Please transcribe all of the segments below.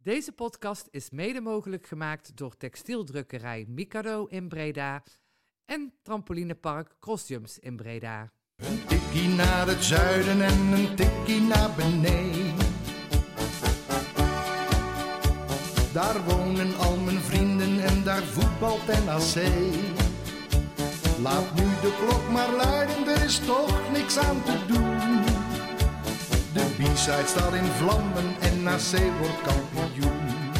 Deze podcast is mede mogelijk gemaakt door textieldrukkerij Mikado in Breda en trampolinepark Crossjumps in Breda. Een tikkie naar het zuiden en een tikkie naar beneden. Daar wonen al mijn vrienden en daar voetbalt NAC. Laat nu de klok maar luiden, er is toch niks aan te doen. De B-side staat in vlammen en NAC wordt kampioen.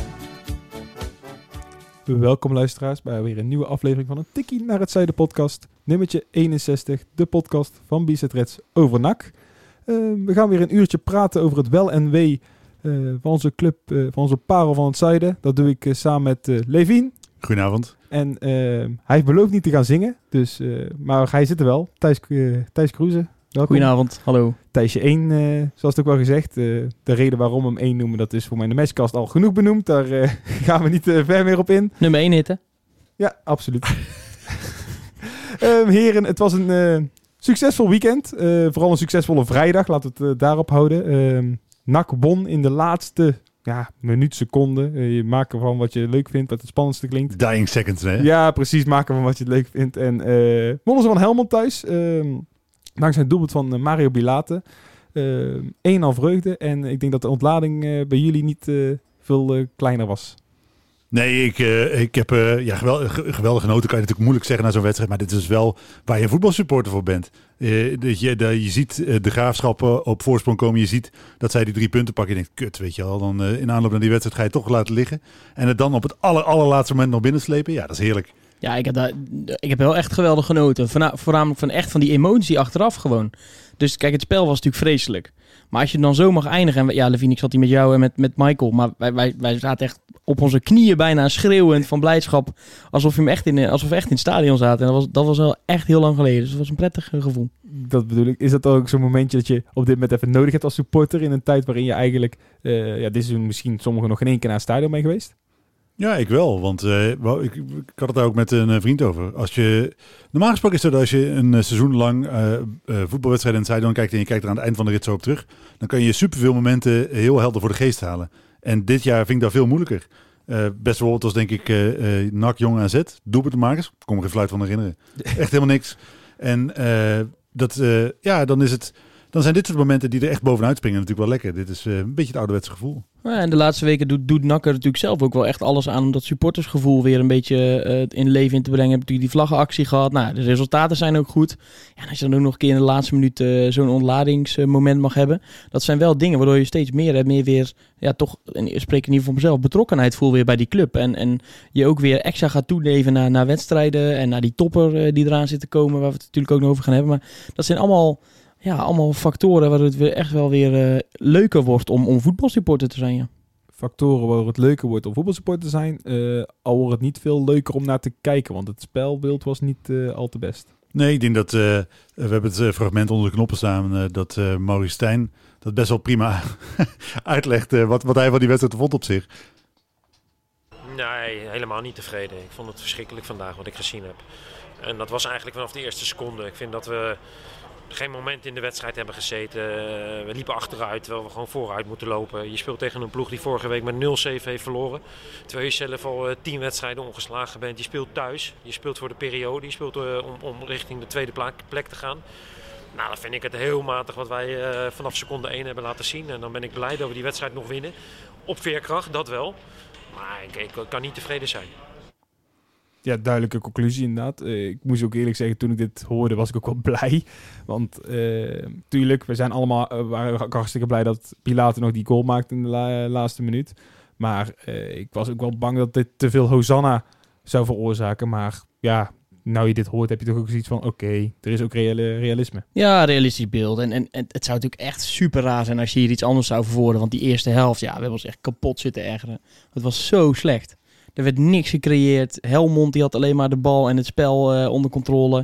Welkom luisteraars bij weer een nieuwe aflevering van een Tikkie naar het Zuiden podcast. Nummertje 61, de podcast van B-side Reds over NAC. We gaan weer een uurtje praten over het wel en wee van onze club, van onze parel van het Zuiden. Dat doe ik samen met Levien. Goedenavond. En hij heeft beloofd niet te gaan zingen, dus, maar hij zit er wel. Thijs Kroeze, welkom. Goedenavond, hallo. Thijsje 1, zoals het ook wel gezegd. De reden waarom we hem 1 noemen, dat is voor mij in de matchcast al genoeg benoemd. Daar gaan we niet ver meer op in. Nummer 1 hitten. Ja, absoluut. Heren, het was een succesvol weekend. Vooral een succesvolle vrijdag, laten we het daarop houden. NAC won in de laatste minuut, seconde. Je maakt ervan wat je leuk vindt, wat het spannendste klinkt. Dying seconds, hè? Ja, precies. Maak ervan wat je leuk vindt. En wonnen ze van Helmond thuis. Dankzij het doelpunt van Mario Bilate. 1-0 vreugde. En ik denk dat de ontlading bij jullie niet veel kleiner was. Nee, ik heb geweldig genoten. Kan je natuurlijk moeilijk zeggen na zo'n wedstrijd. Maar dit is wel waar je een voetbalsupporter voor bent. Je ziet de Graafschap op voorsprong komen. Je ziet dat zij die 3 punten pakken. Je denkt, kut, weet je wel. Dan in aanloop naar die wedstrijd ga je toch laten liggen. En het dan op het allerlaatste moment nog binnenslepen. Ja, dat is heerlijk. Ja, ik heb wel echt geweldig genoten. Voornamelijk van die emotie achteraf gewoon. Dus kijk, het spel was natuurlijk vreselijk. Maar als je dan zo mag eindigen... En ja, Levien, ik zat hier met jou en met Michael. Maar wij zaten echt op onze knieën bijna schreeuwend van blijdschap. Alsof we echt in het stadion zaten. En dat was wel echt heel lang geleden. Dus het was een prettig gevoel. Dat bedoel ik. Is dat ook zo'n momentje dat je op dit moment even nodig hebt als supporter... in een tijd waarin je eigenlijk... dit is misschien sommigen nog geen 1 keer naar het stadion mee geweest? Ja, ik wel. Want ik had het daar ook met een vriend over. Normaal gesproken is het dat als je een seizoen lang voetbalwedstrijden in het Zuiden kijkt... en je kijkt er aan het eind van de rit zo op terug... dan kan je superveel momenten heel helder voor de geest halen. En dit jaar vind ik dat veel moeilijker. Best wel was denk ik NAC, Jong AZ, doelpuntenmakers. Ik kon me geen fluit van herinneren. Echt helemaal niks. En dan zijn dit soort momenten die er echt bovenuit springen natuurlijk wel lekker. Dit is een beetje het ouderwetse gevoel. Ja, en de laatste weken doet NAC er natuurlijk zelf ook wel echt alles aan... om dat supportersgevoel weer een beetje in leven in te brengen. Je hebt natuurlijk die vlaggenactie gehad. Nou, de resultaten zijn ook goed. Ja, en als je dan ook nog een keer in de laatste minuut zo'n ontladingsmoment mag hebben... dat zijn wel dingen waardoor je steeds meer weer... ja, toch, en ik spreek in ieder geval voor mezelf... betrokkenheid voel weer bij die club. En je ook weer extra gaat toeleven naar wedstrijden... en naar die topper die eraan zit te komen... waar we het natuurlijk ook nog over gaan hebben. Maar dat zijn allemaal factoren waardoor het weer echt wel weer leuker wordt om voetbalsupporter te zijn. Ja. Factoren waardoor het leuker wordt om voetbalsupporter te zijn. Al wordt het niet veel leuker om naar te kijken, want het spelbeeld was niet al te best. Nee, ik denk dat we hebben het fragment onder de knoppen staan dat Maurice Stijn dat best wel prima uitlegt wat hij van die wedstrijd vond op zich. Nee, helemaal niet tevreden. Ik vond het verschrikkelijk vandaag wat ik gezien heb. En dat was eigenlijk vanaf de eerste seconde. Ik vind dat we geen moment in de wedstrijd hebben gezeten. We liepen achteruit, terwijl we gewoon vooruit moeten lopen. Je speelt tegen een ploeg die vorige week met 0-7 heeft verloren. Terwijl je zelf al 10 wedstrijden ongeslagen bent. Je speelt thuis, je speelt voor de periode, je speelt om richting de tweede plek te gaan. Nou, dan vind ik het heel matig wat wij vanaf seconde 1 hebben laten zien. En dan ben ik blij dat we die wedstrijd nog winnen. Op veerkracht, dat wel. Maar ik kan niet tevreden zijn. Ja, duidelijke conclusie inderdaad. Ik moest ook eerlijk zeggen, toen ik dit hoorde was ik ook wel blij. Want tuurlijk, we zijn waren ook hartstikke blij dat Bilate nog die goal maakte in de laatste minuut. Maar ik was ook wel bang dat dit te veel Hosanna zou veroorzaken. Maar ja, nou je dit hoort heb je toch ook zoiets van oké, er is ook realisme. Ja, realistisch beeld. En het zou natuurlijk echt super raar zijn als je hier iets anders zou verwoorden. Want die eerste helft, we hebben ons echt kapot zitten ergeren. Het was zo slecht. Er werd niks gecreëerd. Helmond die had alleen maar de bal en het spel onder controle.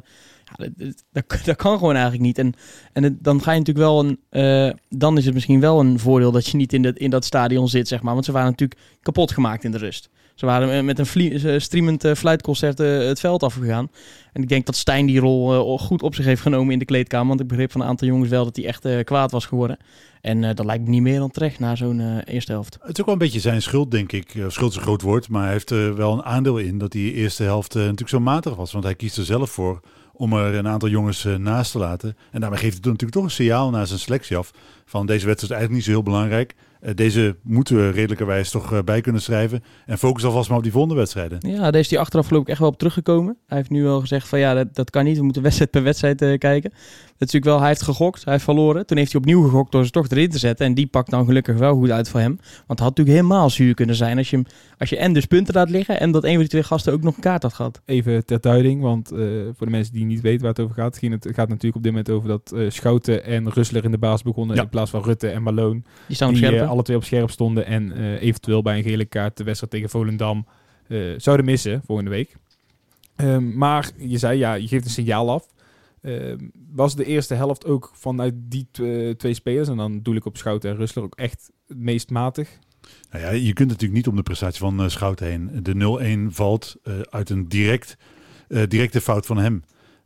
Ja, dat kan gewoon eigenlijk niet. En dan ga je natuurlijk wel dan is het misschien wel een voordeel dat je niet in dat stadion zit, zeg maar. Want ze waren natuurlijk kapot gemaakt in de rust. Ze waren met een streamend fluitconcert het veld afgegaan. En ik denk dat Stijn die rol goed op zich heeft genomen in de kleedkamer. Want ik begreep van een aantal jongens wel dat hij echt kwaad was geworden. En dat lijkt me niet meer dan terecht na zo'n eerste helft. Het is ook wel een beetje zijn schuld, denk ik. Schuld is een groot woord, maar hij heeft er wel een aandeel in dat die eerste helft natuurlijk zo matig was. Want hij kiest er zelf voor om er een aantal jongens naast te laten. En daarmee geeft het natuurlijk toch een signaal naar zijn selectie af. Van deze wedstrijd is eigenlijk niet zo heel belangrijk. Deze moeten we redelijkerwijs toch bij kunnen schrijven. En focus alvast maar op die volgende wedstrijden. Ja, daar is hij achteraf geloof ik echt wel op teruggekomen. Hij heeft nu wel gezegd van ja, dat kan niet. We moeten wedstrijd per wedstrijd kijken. Dat is natuurlijk wel, hij heeft gegokt, hij heeft verloren. Toen heeft hij opnieuw gegokt door ze toch erin te zetten. En die pakt dan gelukkig wel goed uit voor hem. Want het had natuurlijk helemaal zuur kunnen zijn als je en dus punten laat liggen en dat een van die twee gasten ook nog een kaart had gehad. Even ter duiding, want voor de mensen die niet weten waar het over gaat. Het gaat natuurlijk op dit moment over dat Schouten en Rüssler in de baas begonnen. Ja. In plaats van Rutte en Malone. Die staan op scherp. Alle twee op scherp stonden en eventueel bij een gele kaart de wedstrijd tegen Volendam zouden missen volgende week. Maar je zei, ja, je geeft een signaal af. Was de eerste helft ook vanuit die twee spelers, en dan doe ik op Schouten en Rüssler, ook echt het meest matig? Nou ja, je kunt natuurlijk niet om de prestatie van Schouten heen. De 0-1 valt uit een directe fout van hem.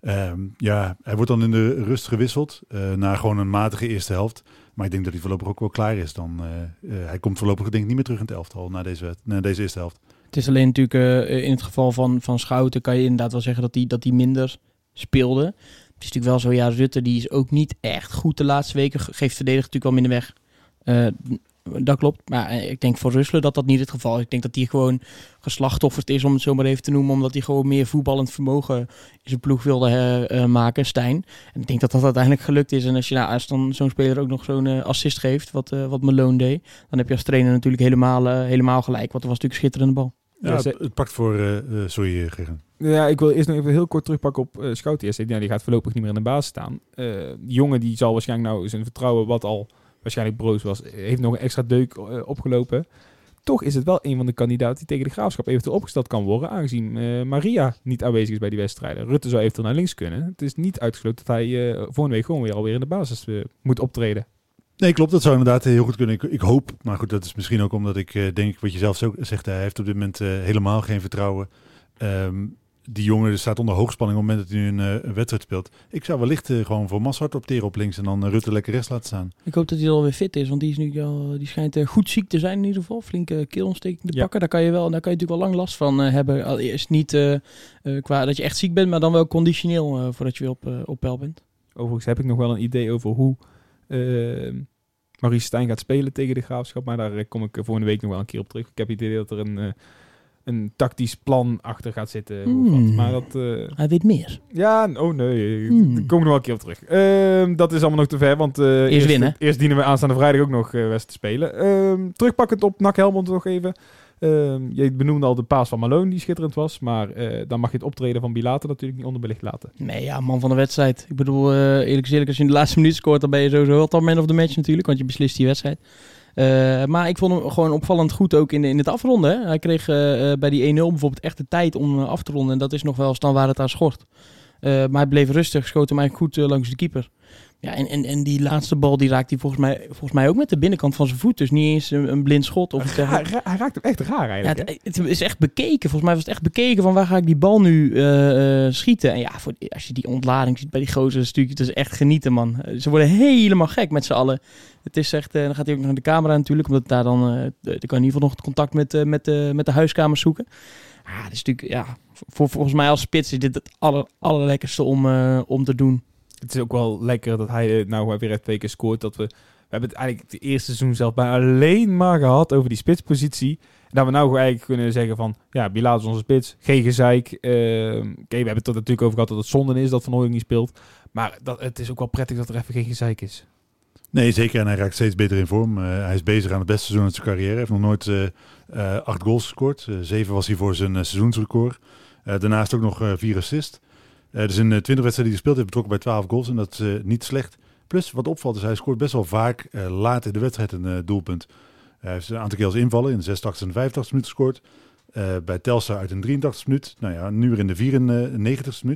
Hij wordt dan in de rust gewisseld naar gewoon een matige eerste helft. Maar ik denk dat hij voorlopig ook wel klaar is. Hij komt voorlopig denk ik niet meer terug in het elftal na deze eerste helft. Het is alleen natuurlijk in het geval van Schouten kan je inderdaad wel zeggen dat hij minder speelde. Het is natuurlijk wel zo, ja, Rutte die is ook niet echt goed de laatste weken. Geeft verdediger natuurlijk wel minder weg. Dat klopt. Maar ik denk voor Rüssler dat niet het geval is. Ik denk dat hij gewoon geslachtofferd is, om het zo maar even te noemen. Omdat hij gewoon meer voetballend vermogen in zijn ploeg wilde maken, Stijn. En ik denk dat uiteindelijk gelukt is. En als dan zo'n speler ook nog zo'n assist geeft, wat Malone deed. Dan heb je als trainer natuurlijk helemaal gelijk. Want er was natuurlijk een schitterende bal. Ja, het pakt voor... sorry, Gergen. Ja, ik wil eerst nog even heel kort terugpakken op Schouten. Ja, die gaat voorlopig niet meer in de basis staan. Die jongen die zal waarschijnlijk nou zijn vertrouwen, wat al waarschijnlijk broos was, heeft nog een extra deuk opgelopen. Toch is het wel een van de kandidaten die tegen de Graafschap eventueel opgesteld kan worden, aangezien Maria niet aanwezig is bij die wedstrijden. Rutte zou eventueel naar links kunnen. Het is niet uitgesloten dat hij volgende week gewoon weer alweer in de basis moet optreden. Nee, klopt. Dat zou inderdaad heel goed kunnen. Ik hoop, maar goed, dat is misschien ook omdat ik denk, wat je zelf zo zegt, hij heeft op dit moment helemaal geen vertrouwen. Die jongen staat onder hoogspanning op het moment dat hij nu een wedstrijd speelt. Ik zou wellicht gewoon voor Massart opteren op links en dan Rutte lekker rechts laten staan. Ik hoop dat hij alweer fit is, want die schijnt goed ziek te zijn in ieder geval. Flinke keelontsteking te pakken. Daar kan je natuurlijk wel lang last van hebben. Al is niet qua dat je echt ziek bent, maar dan wel conditioneel voordat je weer op peil bent. Overigens heb ik nog wel een idee over hoe Maurice Stijn gaat spelen tegen de Graafschap, maar daar kom ik volgende week nog wel een keer op terug. Ik heb het idee dat er een tactisch plan achter gaat zitten. Maar dat, hij weet meer. Ja, oh nee. Daar kom ik nog wel een keer op terug. Dat is allemaal nog te ver, want eerst dienen we aanstaande vrijdag ook nog wedstrijd te spelen. Terugpakkend op NAC Helmond nog even. Je benoemde al de paas van Malone, die schitterend was. Maar dan mag je het optreden van Bilater natuurlijk niet onderbelicht laten. Nee, ja, man van de wedstrijd. Ik bedoel, eerlijk gezegd, als je in de laatste minuut scoort, dan ben je sowieso altijd man of the match natuurlijk. Want je beslist die wedstrijd. Maar ik vond hem gewoon opvallend goed ook in het afronden. Hè. Hij kreeg bij die 1-0 bijvoorbeeld echt de tijd om af te ronden. En dat is nog wel eens dan waar het aan schort. Maar hij bleef rustig, schoot hem eigenlijk goed langs de keeper. Ja, en die laatste bal die raakt hij volgens mij ook met de binnenkant van zijn voet. Dus niet eens een blind schot. Hij raakt hem echt raar eigenlijk. Ja, het is echt bekeken. Volgens mij was het echt bekeken van waar ga ik die bal nu schieten. En ja, als je die ontlading ziet bij die gozer, het is echt genieten, man. Ze worden helemaal gek met z'n allen. Het is echt, dan gaat hij ook nog naar de camera natuurlijk. Omdat daar dan kan in ieder geval nog het contact met de huiskamers zoeken. Dat is natuurlijk, ja, volgens mij als spits is dit het allerlekkerste om te doen. Het is ook wel lekker dat hij nou weer 2 keer scoort. We hebben het eigenlijk het eerste seizoen zelf bijna alleen maar gehad over die spitspositie. En dat we nou eigenlijk kunnen zeggen van, ja, Bilaat is onze spits. Geen gezeik. We hebben het er natuurlijk over gehad dat het zonde is dat Van Hooijdonk niet speelt. Maar het is ook wel prettig dat er even geen gezeik is. Nee, zeker. En hij raakt steeds beter in vorm. Hij is bezig aan het beste seizoen uit zijn carrière. Hij heeft nog nooit 8 goals gescoord. 7 was hij voor zijn seizoensrecord. Daarnaast ook nog 4 assists. Dus in 20 wedstrijden die hij gespeeld heeft, betrokken bij 12 goals. En dat is niet slecht. Plus, wat opvalt is, hij scoort best wel vaak laat in de wedstrijd een doelpunt. Hij heeft een aantal keer als invallen in de 86 en de 85 minuut gescoord. Bij Telstar uit een 83 minuut. Nou ja, nu weer in de 94 minuut.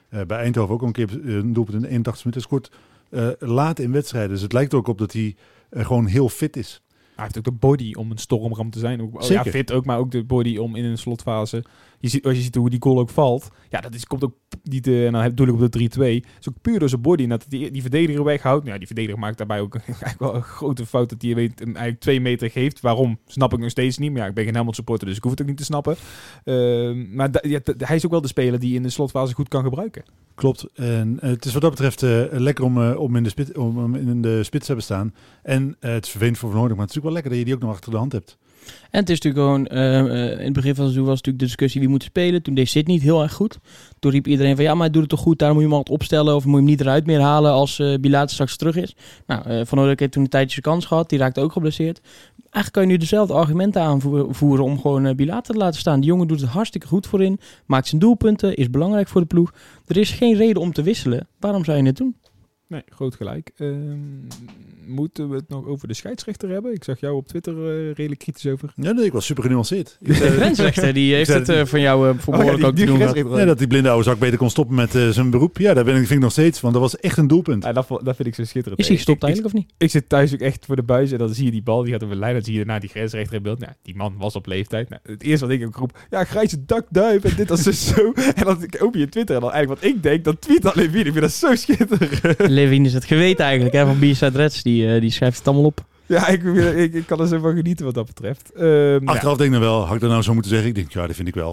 Bij Eindhoven ook al een keer een doelpunt in de 81 minuten. Scoort laat in wedstrijden. Dus het lijkt er ook op dat hij gewoon heel fit is. Hij heeft ook de body om een stormram te zijn. Ook, Zeker. Ja, fit ook, maar ook de body om in een slotfase. Als je ziet hoe die goal ook valt. Ja, dat komt ook niet... en dan bedoel ik op de 3-2. Het is ook puur door zijn body. En dat die verdediger weghoudt. Nou, die verdediger maakt daarbij ook eigenlijk wel een grote fout. Dat hij hem eigenlijk 2 meter geeft. Waarom? Snap ik nog steeds niet. Maar ja, ik ben geen Helmond supporter, dus ik hoef het ook niet te snappen. Maar hij is ook wel de speler die in de slotfase goed kan gebruiken. Klopt. En het is wat dat betreft lekker om in de spits te hebben staan. En het is vervelend voor Van Hooydonk, maar het is natuurlijk wel lekker dat je die ook nog achter de hand hebt. En het is natuurlijk gewoon, in het begin van het seizoen was natuurlijk de discussie wie moet spelen. Toen deed Sydney het heel erg goed. Toen riep iedereen van ja, maar hij doet het toch goed, daarom moet je hem altijd opstellen. Of moet je hem niet eruit meer halen als Bilater straks terug is. Nou, Van Hooydonk heeft toen een tijdje zijn kans gehad, die raakte ook geblesseerd. Eigenlijk kan je nu dezelfde argumenten aanvoeren om gewoon Bilater te laten staan. Die jongen doet het hartstikke goed voorin, maakt zijn doelpunten, is belangrijk voor de ploeg. Er is geen reden om te wisselen. Waarom zou je het doen? Nee, groot gelijk. Moeten we het nog over de scheidsrechter hebben? Ik zag jou op Twitter redelijk kritisch over. Ja, nee, ik was super genuanceerd. De grensrechter die heeft het van jou voor behoorlijk ook te doen. Nee, dat die blinde oude zak beter kon stoppen met zijn beroep. Ja, daar vind ik nog steeds, want dat was echt een doelpunt. Ja, dat vind ik zo schitterend. Is hij gestopt eigenlijk of niet? Ik zit thuis ook echt voor de buis en dan zie je die bal, die gaat over de lijn. Dan zie je daarna die grensrechter in beeld. Nou, die man was op leeftijd. Nou, het eerste wat ik ook roep, ja, grijze dakduif en dit was dus zo. En dan open je Twitter en dan eigenlijk wat ik denk, dan tweet dan Levine. Ik vind dat zo schitterend. Levine is het geweten eigenlijk hè, van B-Side Reds. Die schrijft het allemaal op. Ja, ik kan er zo van genieten wat dat betreft. Achteraf denk ik dan wel, had ik dat nou zo moeten zeggen? Ik denk, ja, dat vind ik wel.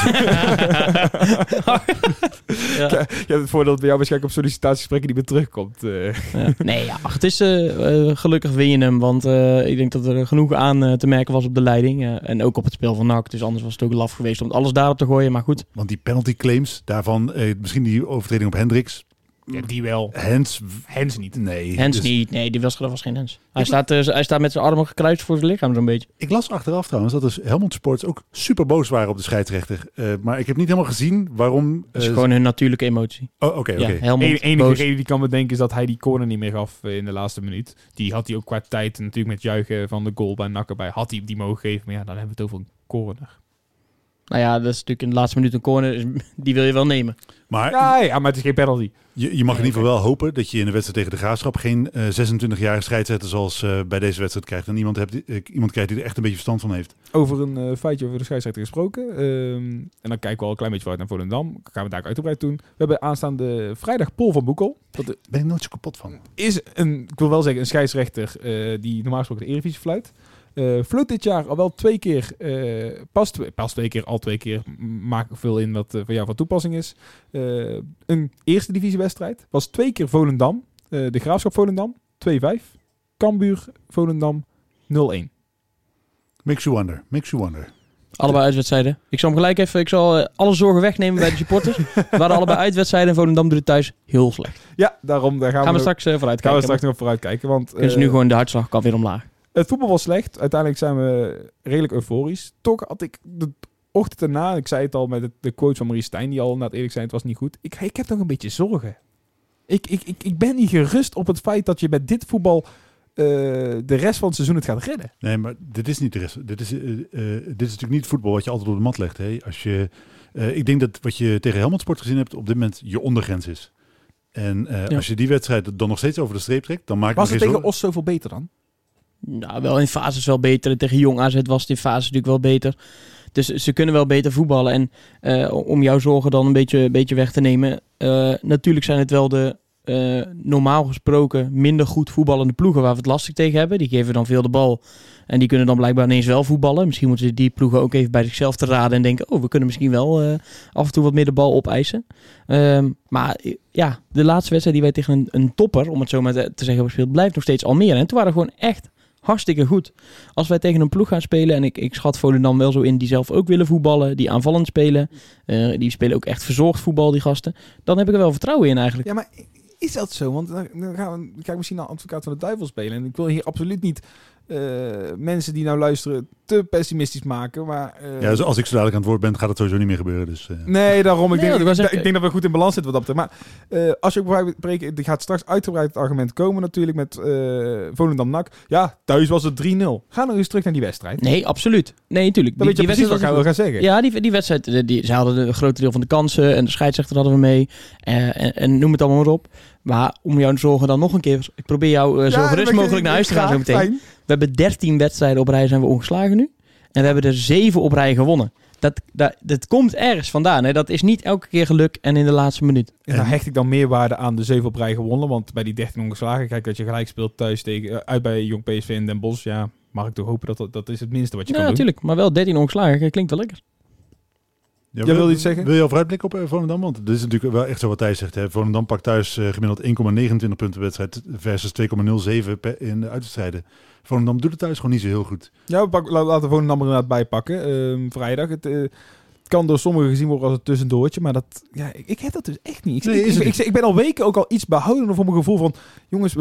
Ja. Je hebt het voordeel dat bij jou waarschijnlijk op sollicitatiegesprekken niet meer terugkomt. Ja. Nee, ja, het is gelukkig win je hem. Want ik denk dat er genoeg aan te merken was op de leiding. En ook op het spel van NAC. Dus anders was het ook laf geweest om alles daarop te gooien. Maar goed. Want die penalty claims, daarvan misschien die overtreding op Hendricks. Ja, die wel. Hens niet. Nee. Hens niet. Nee, dat was geen Hens. Hij staat met zijn armen gekruist voor zijn lichaam zo'n beetje. Ik las achteraf trouwens dat dus Helmond Sports ook super boos waren op de scheidsrechter. Maar ik heb niet helemaal gezien waarom... Het is gewoon hun natuurlijke emotie. Oh, oké. Ja, Helmond enige reden die kan bedenken is dat hij die corner niet meer gaf in de laatste minuut. Die had hij ook qua tijd natuurlijk met juichen van de goal bij NAC erbij. Had hij die mogen geven, maar ja, dan hebben we het over een corner. Nou ja, dat is natuurlijk in de laatste minuut een corner. Die wil je wel nemen. Maar, ja, maar het is geen penalty. Je mag in ieder geval wel hopen dat je in de wedstrijd tegen de Graafschap geen 26-jarige scheidsrechter zoals bij deze wedstrijd krijgt. En iemand krijgt die er echt een beetje verstand van heeft. Over een feitje over de scheidsrechter gesproken. En dan kijken we al een klein beetje vooruit naar Volendam. Gaan we daar ook uitgebreid doen. We hebben aanstaande vrijdag Paul van Boekel. Daar ben ik nooit zo kapot van. Is ik wil wel zeggen, een scheidsrechter die normaal gesproken de Eredivisie fluit. Fluit dit jaar al wel 2 keer, al 2 keer, maak ik veel in wat voor jou van toepassing is. Een eerste divisiewedstrijd was 2 keer Volendam, de Graafschap Volendam, 2-5. Cambuur Volendam, 0-1. Makes you wonder. Allebei uitwedstrijden. Ik zal hem gelijk even, alle zorgen wegnemen bij de supporters. We hadden allebei uitwedstrijden en Volendam doet het thuis heel slecht. Ja, daarom daar gaan we straks vooruit kijken. Gaan we straks nog vooruit kijken. Want dus nu gewoon de hartslag kan weer omlaag. Het voetbal was slecht. Uiteindelijk zijn we redelijk euforisch. Toch had ik de ochtend erna, ik zei het al met de quote van Marie Stijn, die al inderdaad eerlijk zei, het was niet goed. Ik heb toch een beetje zorgen. Ik ben niet gerust op het feit dat je met dit voetbal de rest van het seizoen het gaat redden. Nee, maar dit is niet de rest. Dit is natuurlijk niet voetbal wat je altijd op de mat legt. Hè? Ik denk dat wat je tegen Helmond Sport gezien hebt op dit moment je ondergrens is. En als je die wedstrijd dan nog steeds over de streep trekt, dan maak ik Was het tegen Os zoveel beter dan? Nou, wel in fases wel beter. Tegen Jong AZ was het in fases natuurlijk wel beter. Dus ze kunnen wel beter voetballen. En om jouw zorgen dan een beetje weg te nemen. Natuurlijk zijn het wel de normaal gesproken minder goed voetballende ploegen waar we het lastig tegen hebben. Die geven dan veel de bal. En die kunnen dan blijkbaar ineens wel voetballen. Misschien moeten ze die ploegen ook even bij zichzelf te raden. En denken, we kunnen misschien wel af en toe wat meer de bal opeisen. Maar ja, de laatste wedstrijd die wij tegen een topper, om het zo maar te zeggen, hebben gespeeld, blijft nog steeds Almere. En toen waren we gewoon echt hartstikke goed. Als wij tegen een ploeg gaan spelen, en ik schat Volendam wel zo in, die zelf ook willen voetballen, die aanvallend spelen, die spelen ook echt verzorgd voetbal, die gasten, dan heb ik er wel vertrouwen in eigenlijk. Ja, maar is dat zo? Want dan ga ik misschien een advocaat van de duivel spelen. En ik wil hier absoluut niet mensen die nou luisteren te pessimistisch maken. Maar, dus als ik zo dadelijk aan het woord ben, gaat het sowieso niet meer gebeuren. Dus, Nee, daarom. Ik denk dat we goed in balans zitten wat dat betreft. Maar als je ook spreken, er gaat straks uitgebreid het argument komen natuurlijk met Volendam NAC. Ja, thuis was het 3-0. Ga nou eens terug naar die wedstrijd. Nee, absoluut. Nee, natuurlijk. Dan weet je precies wat ik wil gaan zeggen. Ja, die wedstrijd, ze hadden een groot deel van de kansen en de scheidsrechter hadden we mee. En noem het allemaal maar op. Maar om jou te zorgen dan nog een keer, ik probeer jou zo gerust mogelijk naar huis te gaan zo meteen. Fijn. We hebben 13 wedstrijden op rij zijn we ongeslagen nu. En we hebben er 7 op rij gewonnen. Dat komt ergens vandaan. Hè? Dat is niet elke keer geluk en in de laatste minuut. En daar hecht ik dan meer waarde aan de 7 op rij gewonnen. Want bij die 13 ongeslagen, kijk dat je gelijk speelt thuis uit bij Jong PSV en Den Bosch. Ja, mag ik toch hopen dat is het minste wat je kan doen. Ja, natuurlijk. Maar wel 13 ongeslagen, klinkt wel lekker. Ja, jij wilde iets zeggen? Wil je al vooruitblikken op Volendam? Want dit is natuurlijk wel echt zo wat Thijs zegt. Hè? Volendam pakt thuis gemiddeld 1,29 punten per wedstrijd versus 2,07 in de uitwedstrijden. Volendam doet het thuis gewoon niet zo heel goed. Ja, laten we Volendam er inderdaad bij pakken. Vrijdag. Het kan door sommigen gezien worden als een tussendoortje. Maar ik heb dat dus echt niet. Ik ben al weken ook al iets behoudender voor mijn gevoel van... Jongens,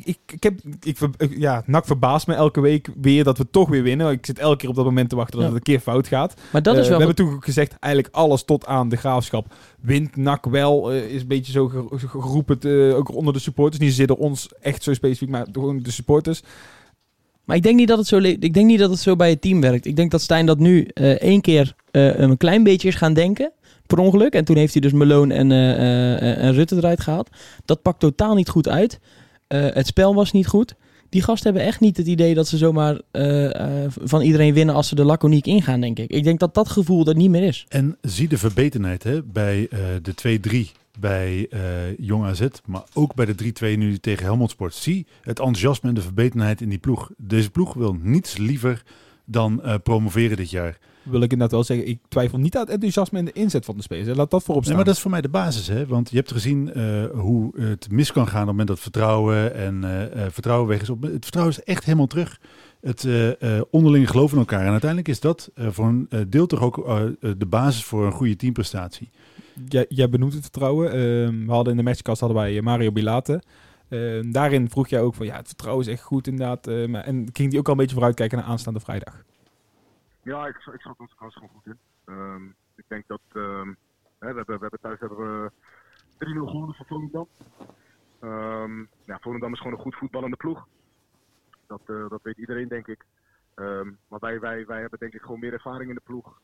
NAC verbaast me elke week weer dat we toch weer winnen. Ik zit elke keer op dat moment te wachten dat het een keer fout gaat. Maar dat is wel we hebben toen ook gezegd, eigenlijk alles tot aan de Graafschap. Wint NAC wel, is een beetje zo geroepen, ook onder de supporters. Niet zozeer door ons echt zo specifiek, maar gewoon de supporters. Maar ik denk niet dat het zo bij het team werkt. Ik denk dat Stijn dat nu 1 keer een klein beetje is gaan denken. Per ongeluk. En toen heeft hij dus Malone en Rutte eruit gehaald. Dat pakt totaal niet goed uit. Het spel was niet goed. Die gasten hebben echt niet het idee dat ze zomaar van iedereen winnen als ze de laconiek ingaan, denk ik. Ik denk dat dat gevoel er niet meer is. En zie de verbetenheid bij de 2-3 bij Jong AZ, maar ook bij de 3-2 nu tegen Helmond Sport. Zie het enthousiasme en de verbetenheid in die ploeg. Deze ploeg wil niets liever dan promoveren dit jaar. Wil ik inderdaad wel zeggen, ik twijfel niet aan het enthousiasme en de inzet van de spelers. Laat dat voorop staan. Nee, maar dat is voor mij de basis, hè? Want je hebt gezien hoe het mis kan gaan op het moment dat vertrouwen en vertrouwen weg is. Het vertrouwen is echt helemaal terug. Het onderlinge geloof in elkaar. En uiteindelijk is dat voor een deel toch ook de basis voor een goede teamprestatie. Jij benoemt het vertrouwen. We hadden in de matchcast wij Mario Bilate. Daarin vroeg jij ook van het vertrouwen is echt goed inderdaad. En ging die ook al een beetje vooruitkijken naar aanstaande vrijdag? Ja, ik zat onze kans gewoon goed in. Ik denk dat we hebben thuis 3-0 gewonnen van Volendam. Volendam is gewoon een goed voetballende ploeg. Dat weet iedereen, denk ik. Maar wij hebben denk ik gewoon meer ervaring in de ploeg.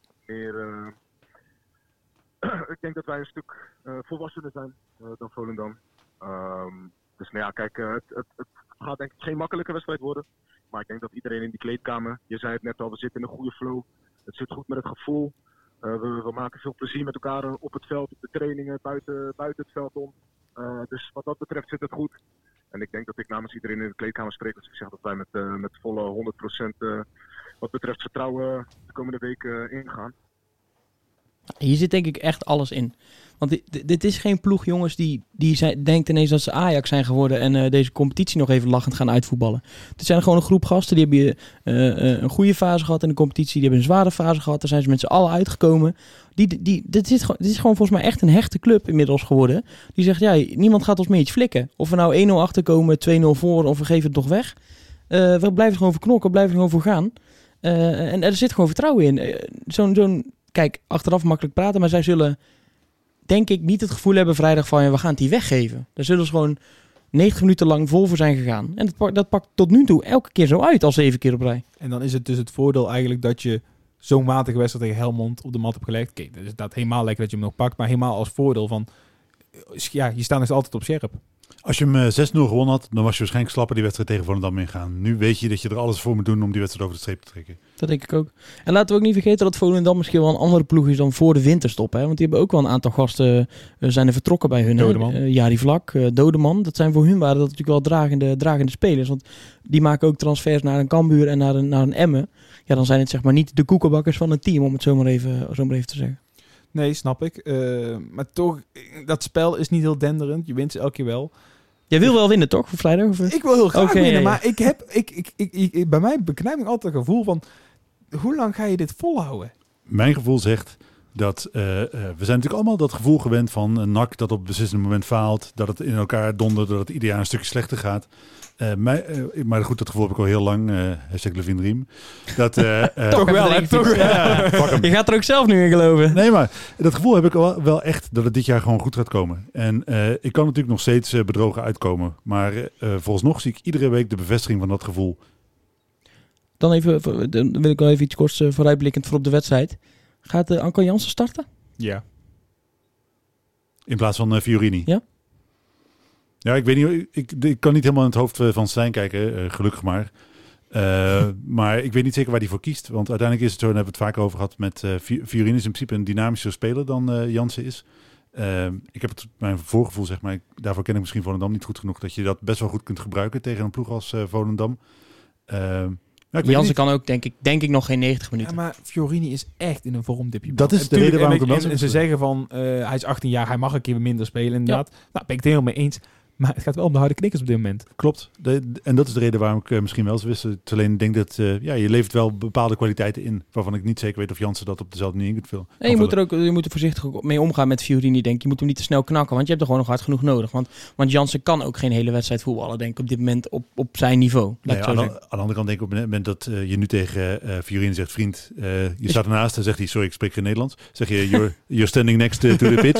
Ik denk dat wij een stuk volwassener zijn dan Volendam. Dus kijk, het gaat denk ik geen makkelijke wedstrijd worden. Maar ik denk dat iedereen in die kleedkamer, je zei het net al, we zitten in een goede flow. Het zit goed met het gevoel. We maken veel plezier met elkaar op het veld, op de trainingen, buiten het veld om. Dus wat dat betreft zit het goed. En ik denk dat ik namens iedereen in de kleedkamer spreek als ik zeg dat wij met volle 100% wat betreft vertrouwen de komende week ingaan. Hier zit denk ik echt alles in. Want dit is geen ploeg, jongens, die denkt ineens dat ze Ajax zijn geworden en deze competitie nog even lachend gaan uitvoetballen. Dit zijn gewoon een groep gasten, die hebben een goede fase gehad in de competitie, die hebben een zware fase gehad, daar zijn ze met z'n allen uitgekomen. Dit is gewoon volgens mij echt een hechte club inmiddels geworden. Die zegt, niemand gaat ons meer iets flikken. Of we nou 1-0 achterkomen, 2-0 voor of we geven het toch weg. We blijven gewoon voor knokken, blijven gewoon voor gaan. En er zit gewoon vertrouwen in. Kijk, achteraf makkelijk praten, maar zij zullen, denk ik, niet het gevoel hebben vrijdag van, we gaan het die weggeven. Daar zullen ze gewoon 90 minuten lang vol voor zijn gegaan. En dat pakt tot nu toe elke keer zo uit, al 7 keer op rij. En dan is het dus het voordeel eigenlijk dat je zo'n matige wedstrijd tegen Helmond op de mat hebt gelegd. Kijk, dat is dat helemaal lekker dat je hem nog pakt, maar helemaal als voordeel van, je staat dus altijd op scherp. Als je hem 6-0 gewonnen had, dan was je waarschijnlijk slapper die wedstrijd tegen Volendam ingaan. Nu weet je dat je er alles voor moet doen om die wedstrijd over de streep te trekken. Dat denk ik ook. En laten we ook niet vergeten dat Volendam misschien wel een andere ploeg is dan voor de winterstop. Hè? Want die hebben ook wel een aantal gasten zijn er vertrokken bij hun. Dodeman. Jari Vlak, Dodeman. Dat zijn voor hun waren dat natuurlijk wel dragende spelers. Want die maken ook transfers naar een Cambuur en naar een Emmen. Ja, dan zijn het zeg maar niet de koekenbakkers van een team, om het zo maar even te zeggen. Nee, snap ik. Maar toch, dat spel is niet heel denderend. Je wint ze elke keer wel. Jij wil wel winnen, toch? Voor vrijdag? Of? Ik wil heel graag winnen, maar bij mij beknijpt me altijd het gevoel van, hoe lang ga je dit volhouden? Mijn gevoel zegt, Dat, we zijn natuurlijk allemaal dat gevoel gewend van een NAC dat op het beslissende moment faalt. Dat het in elkaar dondert, dat het ieder jaar een stukje slechter gaat. Maar goed, dat gevoel heb ik al heel lang. #Levin Riem. Toch wel, hè? Toch. Ja, fuck hem. Je gaat er ook zelf nu in geloven. Nee, maar dat gevoel heb ik wel echt dat het dit jaar gewoon goed gaat komen. En ik kan natuurlijk nog steeds bedrogen uitkomen. Maar vooralsnog zie ik iedere week de bevestiging van dat gevoel. Dan wil ik wel even iets korts vooruitblikkend voor op de wedstrijd. Gaat Anko Jansen starten? Ja. In plaats van Fiorini. Ja? Ja, ik weet niet. Ik kan niet helemaal in het hoofd van Stijn kijken, gelukkig maar. Maar ik weet niet zeker waar hij voor kiest. Want uiteindelijk is het zo, en daar hebben we het vaak over gehad met Fiorini is in principe een dynamischer speler dan Jansen is. Ik heb mijn voorgevoel, zeg maar, daarvoor ken ik misschien Volendam niet goed genoeg, dat je dat best wel goed kunt gebruiken tegen een ploeg als Volendam. Jansen kan ook, denk ik, nog geen 90 minuten. Ja, maar Fiorini is echt in een vormdipje. Dat is de reden waarom ik hem wel en ze zeggen van, hij is 18 jaar, hij mag een keer minder spelen inderdaad. Ja. Nou, ben ik het helemaal mee eens. Maar het gaat wel om de harde knikkers op dit moment. Klopt. En dat is de reden waarom ik misschien wel zo wist. Alleen denk dat je levert wel bepaalde kwaliteiten in. Waarvan ik niet zeker weet of Jansen dat op dezelfde manier kunt vullen. En je moet er voorzichtig mee omgaan met Fiorini, denk ik. Je moet hem niet te snel knakken, want je hebt er gewoon nog hard genoeg nodig. Want Jansen kan ook geen hele wedstrijd voetballen, denk ik, op dit moment op zijn niveau. Nee, aan de andere kant denk ik op het moment dat je nu tegen Fiorini zegt, vriend, je staat ernaast. Dan zegt hij, sorry, ik spreek geen Nederlands. Zeg je, you're standing next to the pitch.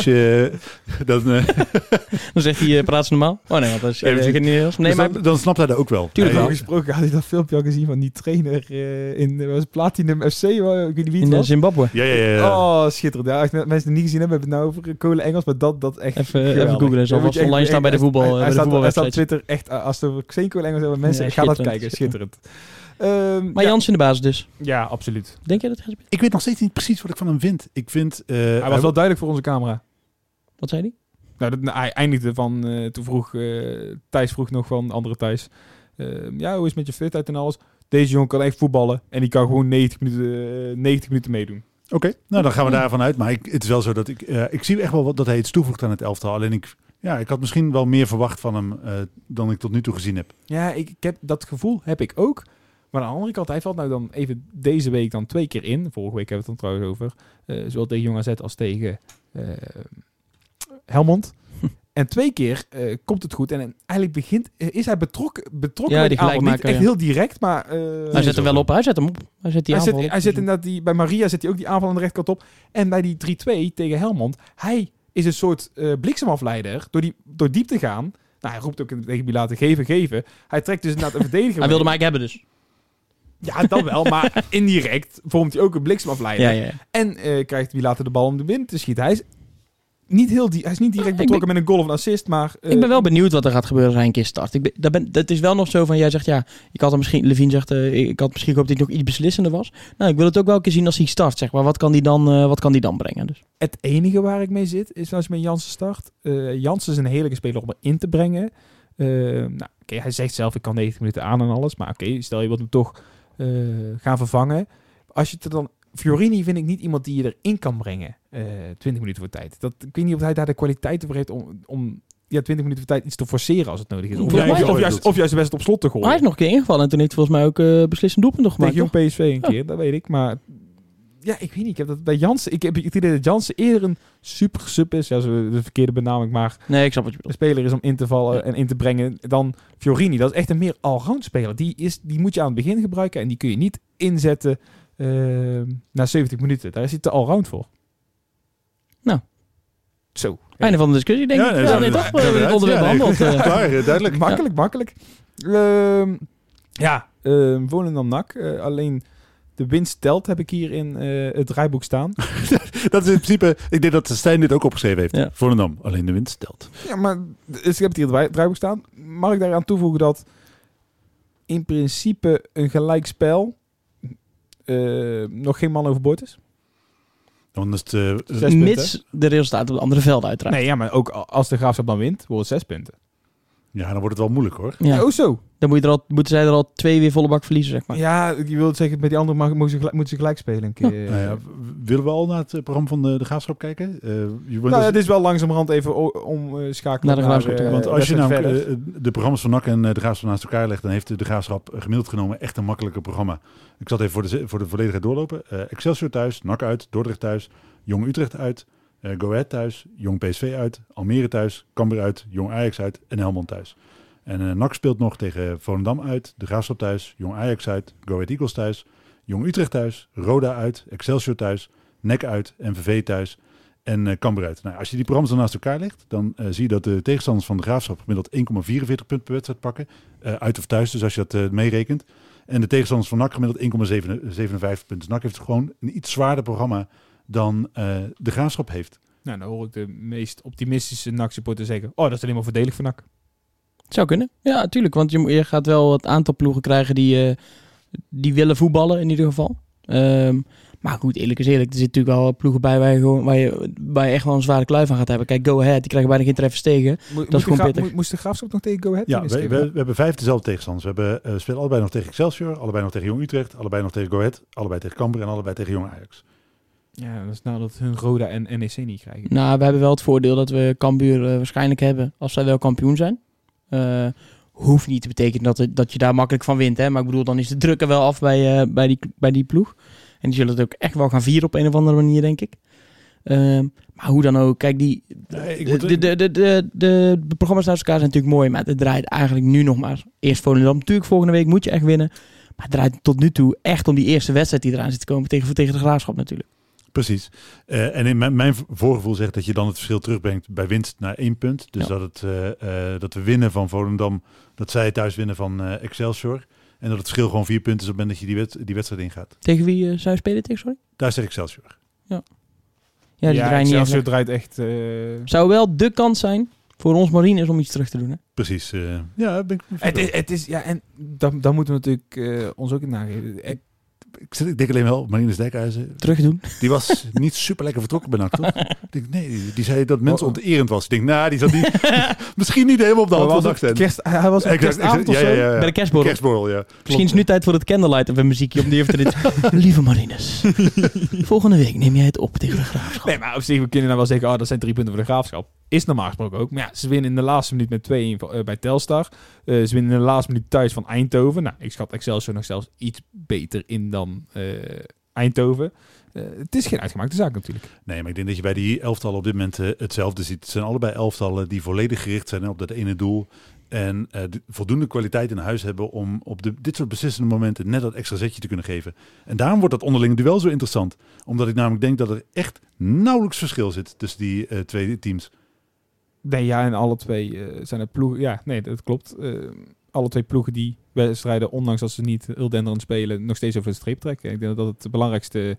Dan zegt hij, praat ze normaal. Oh nee, want dat is niet Nederlands. Nee, dus dan snapt hij dat ook wel. Tuurlijk wel. Gesproken had ik dat filmpje al gezien van die trainer in Platinum FC. Ik weet niet wie het in was. Zimbabwe. Ja. Oh, schitterend. Ja, mensen die het niet gezien hebben, hebben het nou over Kolen Engels, maar dat echt Even googlen, zal vast online staan bij de voetbal. Hij staat op Twitter echt, als er geen Kolen Engels hebben, mensen, ga dat kijken. Schitterend. Maar Jansen in de basis dus? Ja, absoluut. Denk je dat hij... Ik weet nog steeds niet precies wat ik van hem vind. Hij was wel duidelijk voor onze camera. Wat zei hij? Nou, hij eindigde van, toen vroeg Thijs vroeg nog van andere Thijs. Hoe is het met je fitheid en alles? Deze jongen kan echt voetballen en die kan gewoon 90 minuten meedoen. Oké, nou dan gaan we daarvan uit. Maar het is wel zo dat ik zie echt wel dat hij iets toevoegt aan het elftal. Alleen ik had misschien wel meer verwacht van hem dan ik tot nu toe gezien heb. Ja, ik heb dat gevoel heb ik ook. Maar aan de andere kant, hij valt nou dan even deze week dan 2 keer in. Vorige week hebben we het dan trouwens over. Zowel tegen Jong AZ als tegen Helmond. En 2 keer komt het goed. En eigenlijk is hij betrokken bij die aanval. Niet echt heel direct, maar... hij zet hem wel op. Hij zet hem op. Hij zet inderdaad bij Maria zet hij ook die aanval aan de rechterkant op. En bij die 3-2 tegen Helmond, hij is een soort bliksemafleider door diep te gaan. Nou, hij roept ook tegen Bilate, geven. Hij trekt dus inderdaad een verdediger. Hij wilde Mike hebben dus. Ja, dat wel, maar indirect vormt hij ook een bliksemafleider. Ja. En krijgt Bilate de bal om de wind te schieten. Hij is niet direct betrokken met een goal of een assist, maar... ik ben wel benieuwd wat er gaat gebeuren als hij een keer start. Dat is wel nog zo van, jij zegt Levin zegt, ik had misschien gehoopt dat hij nog iets beslissender was. Nou, ik wil het ook wel een keer zien als hij start, zeg maar. Wat kan die dan brengen? Dus. Het enige waar ik mee zit, is als je met Jansen start. Jansen is een heerlijke speler om erin te brengen. Hij zegt zelf, ik kan 90 minuten aan en alles. Maar stel je wilt hem toch gaan vervangen. Als je het dan... Fiorini vind ik niet iemand die je erin kan brengen. 20 minuten voor tijd. Ik weet niet of hij daar de kwaliteit voor heeft om 20 minuten voor tijd iets te forceren als het nodig is. Of juist de best op slot te gooien. Hij is nog een keer ingevallen en toen heeft hij volgens mij ook beslissend doelpunt gemaakt. Tegen Jong PSV een keer, dat weet ik. Maar ja, ik weet niet. Ik heb dat bij Jansen. Ik heb het idee dat Jansen eerder een super sub is. Ja, de verkeerde benaming, maar... Nee, ik snap wat je bedoelt. De speler is om in te vallen en in te brengen dan Fiorini. Dat is echt een meer allround speler. Die moet je aan het begin gebruiken en die kun je niet inzetten na 70 minuten. Daar is hij te allround voor. Nou. Zo. Einde van de discussie, denk ik. Toch? Het onderwerp behandeld. Duidelijk. Makkelijk. Volendam NAC. Alleen de winst telt, heb ik hier in het draaiboek staan. Dat is in principe... Ik denk dat Stijn dit ook opgeschreven heeft. Ja. Volendam. Alleen de winst telt. Ja, maar dus ik heb het hier in het draaiboek staan. Mag ik daaraan toevoegen dat in principe een gelijkspel nog geen man overboord is? Dan is het... Mits de resultaten op de andere velden uiteraard. Nee, ja, maar ook als de Graafschap dan wint, wordt het 6 punten. Ja, dan wordt het wel moeilijk hoor. Ja. Zo. Dan moeten zij er al 2 weer volle bak verliezen, zeg maar. Ja, je wilt zeggen, met die andere moeten ze gelijk spelen een keer. Willen we al naar het programma van de Graafschap kijken? Het is wel langzamerhand even omschakelen naar de Graafschap. Want als je namelijk de programma's van NAC en de Graafschap naast elkaar legt, dan heeft de Graafschap gemiddeld genomen echt een makkelijker programma. Ik zal het even voor de volledigheid doorlopen. Excelsior thuis, NAC uit, Dordrecht thuis, Jong Utrecht uit, Go Ahead thuis, Jong PSV uit, Almere thuis, Cambuur uit, Jong Ajax uit en Helmond thuis. En NAC speelt nog tegen Volendam uit, De Graafschap thuis, Jong Ajax uit, Go Ahead Eagles thuis, Jong Utrecht thuis, Roda uit, Excelsior thuis, NEC uit, MVV thuis en Cambuur uit. Nou, als je die programma's dan naast elkaar legt, dan zie je dat de tegenstanders van De Graafschap gemiddeld 1,44 punten per wedstrijd pakken. Uit of thuis, dus als je dat meerekent. En de tegenstanders van NAC gemiddeld 1,57 punten. Dus NAC heeft gewoon een iets zwaarder programma dan De Graafschap heeft. Nou, dan hoor ik de meest optimistische NAC-supporter zeggen, dat is alleen maar voordelig voor NAC. Zou kunnen. Ja, natuurlijk. Want je gaat wel het aantal ploegen krijgen die willen voetballen in ieder geval. Maar goed, eerlijk is eerlijk. Er zitten natuurlijk wel ploegen bij waar je echt wel een zware kluif aan gaat hebben. Kijk, Go Ahead, die krijgen bijna geen treffers tegen. Dat is gewoon pittig. Moest de Graafschap nog tegen Go Ahead? Ja, we hebben 5 dezelfde tegenstanders. We spelen allebei nog tegen Excelsior, allebei nog tegen Jong Utrecht, allebei nog tegen Go Ahead, allebei tegen Cambuur en allebei tegen Jong Ajax. Ja, dat is nou dat hun Roda en NEC niet krijgen. Nou, we hebben wel het voordeel dat we Cambuur waarschijnlijk hebben als zij wel kampioen zijn. Hoeft niet te betekenen dat je daar makkelijk van wint. Hè? Maar ik bedoel, dan is de druk er wel af bij die ploeg. En die zullen het ook echt wel gaan vieren op een of andere manier, denk ik. Maar hoe dan ook, kijk, de programma's naast elkaar zijn natuurlijk mooi. Maar het draait eigenlijk nu nog maar eerst Volendam. Natuurlijk, volgende week moet je echt winnen. Maar het draait tot nu toe echt om die eerste wedstrijd die eraan zit te komen tegen de Graafschap natuurlijk. Precies. En in mijn voorgevoel zegt dat je dan het verschil terugbrengt bij winst naar 1 punt. Dus dat we winnen van Volendam, dat zij thuis winnen van Excelsior. En dat het verschil gewoon 4 punten is op het moment dat je die wedstrijd ingaat. Tegen wie zou je spelen tegen, sorry? Thuis tegen Excelsior. Ja, die draaien niet Excelsior draait echt... Zou wel de kans zijn voor ons Marines om iets terug te doen, hè? Precies. Ben ik het is, ja, en daar moeten we natuurlijk ons ook in nageven. Ik denk alleen wel, Marines Dijkhuizen. Terug doen. Die was niet super lekker vertrokken bij NAC, toch? Ik denk, nee, die zei dat mensen onterend was. Ik denk, die zat niet, misschien niet helemaal op de hand van NAC zijn. Hij was op kerstavond of zo? Ja. Bij de kerstborrel. Kerstborrel, ja. Misschien is het nu tijd voor het candlelight of een muziekje om die even te Lieve Marines, volgende week neem jij het op tegen de Graafschap. Nee, maar op zich, we kunnen nou wel zeggen, dat zijn 3 punten voor de Graafschap. Is normaal gesproken ook. Maar ja, ze winnen in de laatste minuut met 2-1 bij Telstar. Ze winnen in de laatste minuut thuis van Eindhoven. Nou, ik schat Excelsior nog zelfs iets beter in dan Eindhoven. Het is geen uitgemaakte zaak natuurlijk. Nee, maar ik denk dat je bij die elftallen op dit moment hetzelfde ziet. Het zijn allebei elftallen die volledig gericht zijn op dat ene doel. En voldoende kwaliteit in huis hebben om op dit soort beslissende momenten net dat extra zetje te kunnen geven. En daarom wordt dat onderlinge duel zo interessant. Omdat ik namelijk denk dat er echt nauwelijks verschil zit tussen die 2 teams. Nee, ja, en alle twee zijn er ploegen. Ja, nee, dat klopt. Alle 2 ploegen die wedstrijden, ondanks dat ze niet heel denderend spelen, nog steeds over de streep trekken. Ik denk dat het belangrijkste